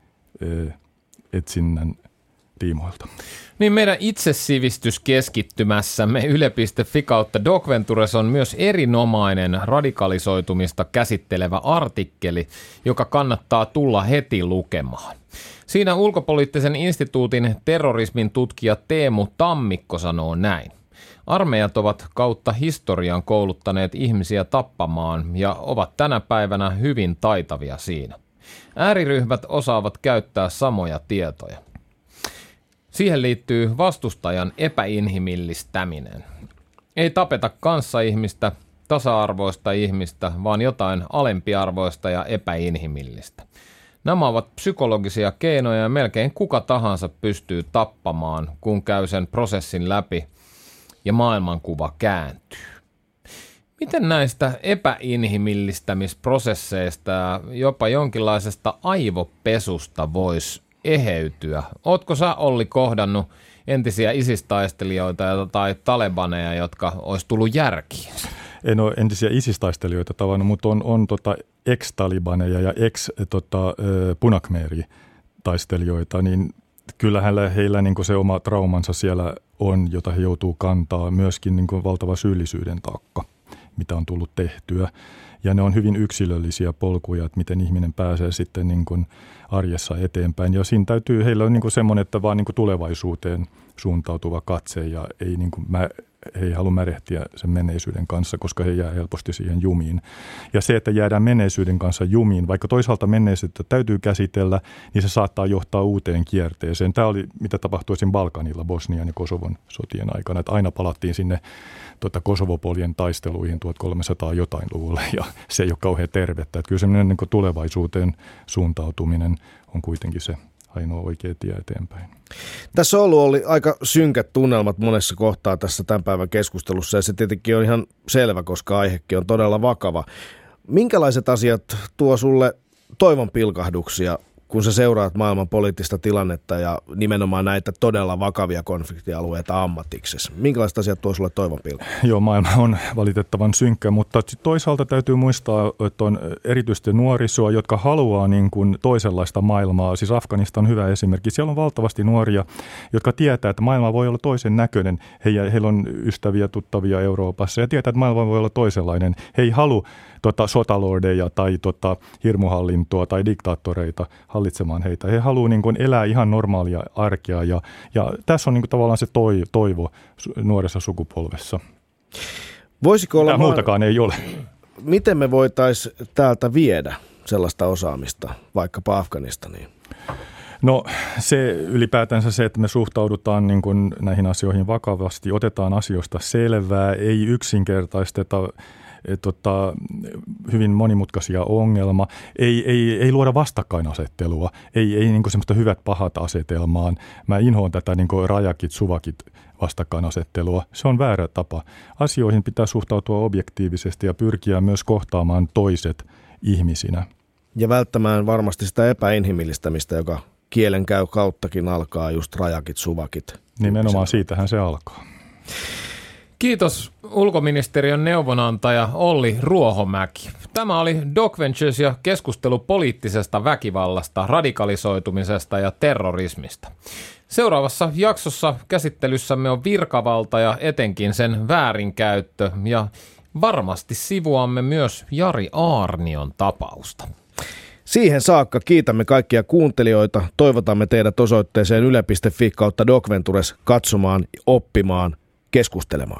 etsinnän tiimoilta. Niin meidän itsesivistyskeskittymässämme yle piste fi kautta Docventures on myös erinomainen radikalisoitumista käsittelevä artikkeli, joka kannattaa tulla heti lukemaan. Siinä ulkopoliittisen instituutin terrorismin tutkija Teemu Tammikko sanoo näin. Armeijat ovat kautta historian kouluttaneet ihmisiä tappamaan ja ovat tänä päivänä hyvin taitavia siinä. Ääriryhmät osaavat käyttää samoja tietoja. Siihen liittyy vastustajan epäinhimillistäminen. Ei tapeta kanssaihmistä, tasa-arvoista ihmistä, vaan jotain alempiarvoista ja epäinhimillistä. Nämä ovat psykologisia keinoja ja melkein kuka tahansa pystyy tappamaan, kun käy sen prosessin läpi ja maailmankuva kääntyy. Miten näistä epäinhimillistämisprosesseista ja jopa jonkinlaisesta aivopesusta voisi eheytyä? Ootko sä, Olli, kohdannut entisiä ISIS-taistelijoita tai talebaneja, jotka olisi tullut järkiin? En ole entisiä ISIS-taistelijoita tavannut, mutta on, on tota ex-talibaneja ja ex-punakmeeri-taistelijoita, niin kyllähän heillä niin kuin se oma traumansa siellä on, jota he joutuu kantaa, myöskin niin kuin valtava syyllisyyden taakka, mitä on tullut tehtyä. ja ne on hyvin yksilöllisiä polkuja, että miten ihminen pääsee sitten niin kuin arjessa eteenpäin. Ja siinä täytyy, heillä on niin kuin semmoinen, että vaan niin kuin tulevaisuuteen suuntautuva katse ja ei niin kuin mä, he ei halua märehtiä sen menneisyyden kanssa, koska he jää helposti siihen jumiin. Ja se, että jäädään menneisyyden kanssa jumiin, vaikka toisaalta menneisyyttä täytyy käsitellä, niin se saattaa johtaa uuteen kierteeseen. Tämä oli, mitä tapahtui siinä Balkanilla Bosnian ja Kosovon sotien aikana, että aina palattiin sinne tuota, Kosovopolien taisteluihin tuhatkolmesataa jotain luvulle, ja se ei ole kauhean tervettä. Että kyllä semmoinen niin kuin tulevaisuuteen suuntautuminen on kuitenkin se ainoa oikea tie eteenpäin. Tässä on ollut oli aika synkät tunnelmat monessa kohtaa tässä tämän päivän keskustelussa, ja se tietenkin on ihan selvä, koska aihekin on todella vakava. Minkälaiset asiat tuo sulle toivon pilkahduksia, kun sä seuraat maailman poliittista tilannetta ja nimenomaan näitä todella vakavia konfliktialueita ammatiksessa? Minkälaiset asiat tuo sulle toivon pilkahduksia? Joo, maailma on valitettavan synkkä, mutta toisaalta täytyy muistaa, että on erityisesti nuorisoa, jotka haluaa niin kuin toisenlaista maailmaa. Siis Afganistan on hyvä esimerkki. Siellä on valtavasti nuoria, jotka tietää, että maailma voi olla toisen näköinen. He, heillä on ystäviä, tuttavia Euroopassa ja tietää, että maailma voi olla toisenlainen. He ei halua Tota, sotalordeja tai tota, hirmuhallintoa tai diktaattoreita hallitsemaan heitä. He haluaa niin kuin elää ihan normaalia arkea ja, ja tässä on niin kuin tavallaan se toi, toivo nuoressa sukupolvessa. Voisiko olla Tämä muutakaan maan... ei ole. Miten me voitaisiin täältä viedä sellaista osaamista vaikkapa Afganistaniin? No se ylipäätänsä se, että me suhtaudutaan niin kuin näihin asioihin vakavasti, otetaan asioista selvää, ei yksinkertaisteta Tota, hyvin monimutkaisia ongelma. Ei, ei, ei luoda vastakkainasettelua, ei, ei niin kuin semmoista hyvät pahat asetelmaan. Mä inhoan tätä niin kuin rajakit, suvakit vastakkainasettelua. Se on väärä tapa. Asioihin pitää suhtautua objektiivisesti ja pyrkiä myös kohtaamaan toiset ihmisinä. Ja välttämään varmasti sitä epäinhimillistämistä, joka kielen käy kauttakin alkaa just rajakit, suvakit. Nimenomaan siitähän se alkaa. Kiitos ulkoministeriön neuvonantaja Olli Ruohomäki. Tämä oli Doc Ventures ja keskustelu poliittisesta väkivallasta, radikalisoitumisesta ja terrorismista. Seuraavassa jaksossa käsittelyssämme on virkavalta ja etenkin sen väärinkäyttö ja varmasti sivuamme myös Jari Aarnion tapausta. Siihen saakka kiitämme kaikkia kuuntelijoita. Toivotamme teidät osoitteeseen yle piste fi kautta Doc Ventures katsomaan, oppimaan, keskustelemaan.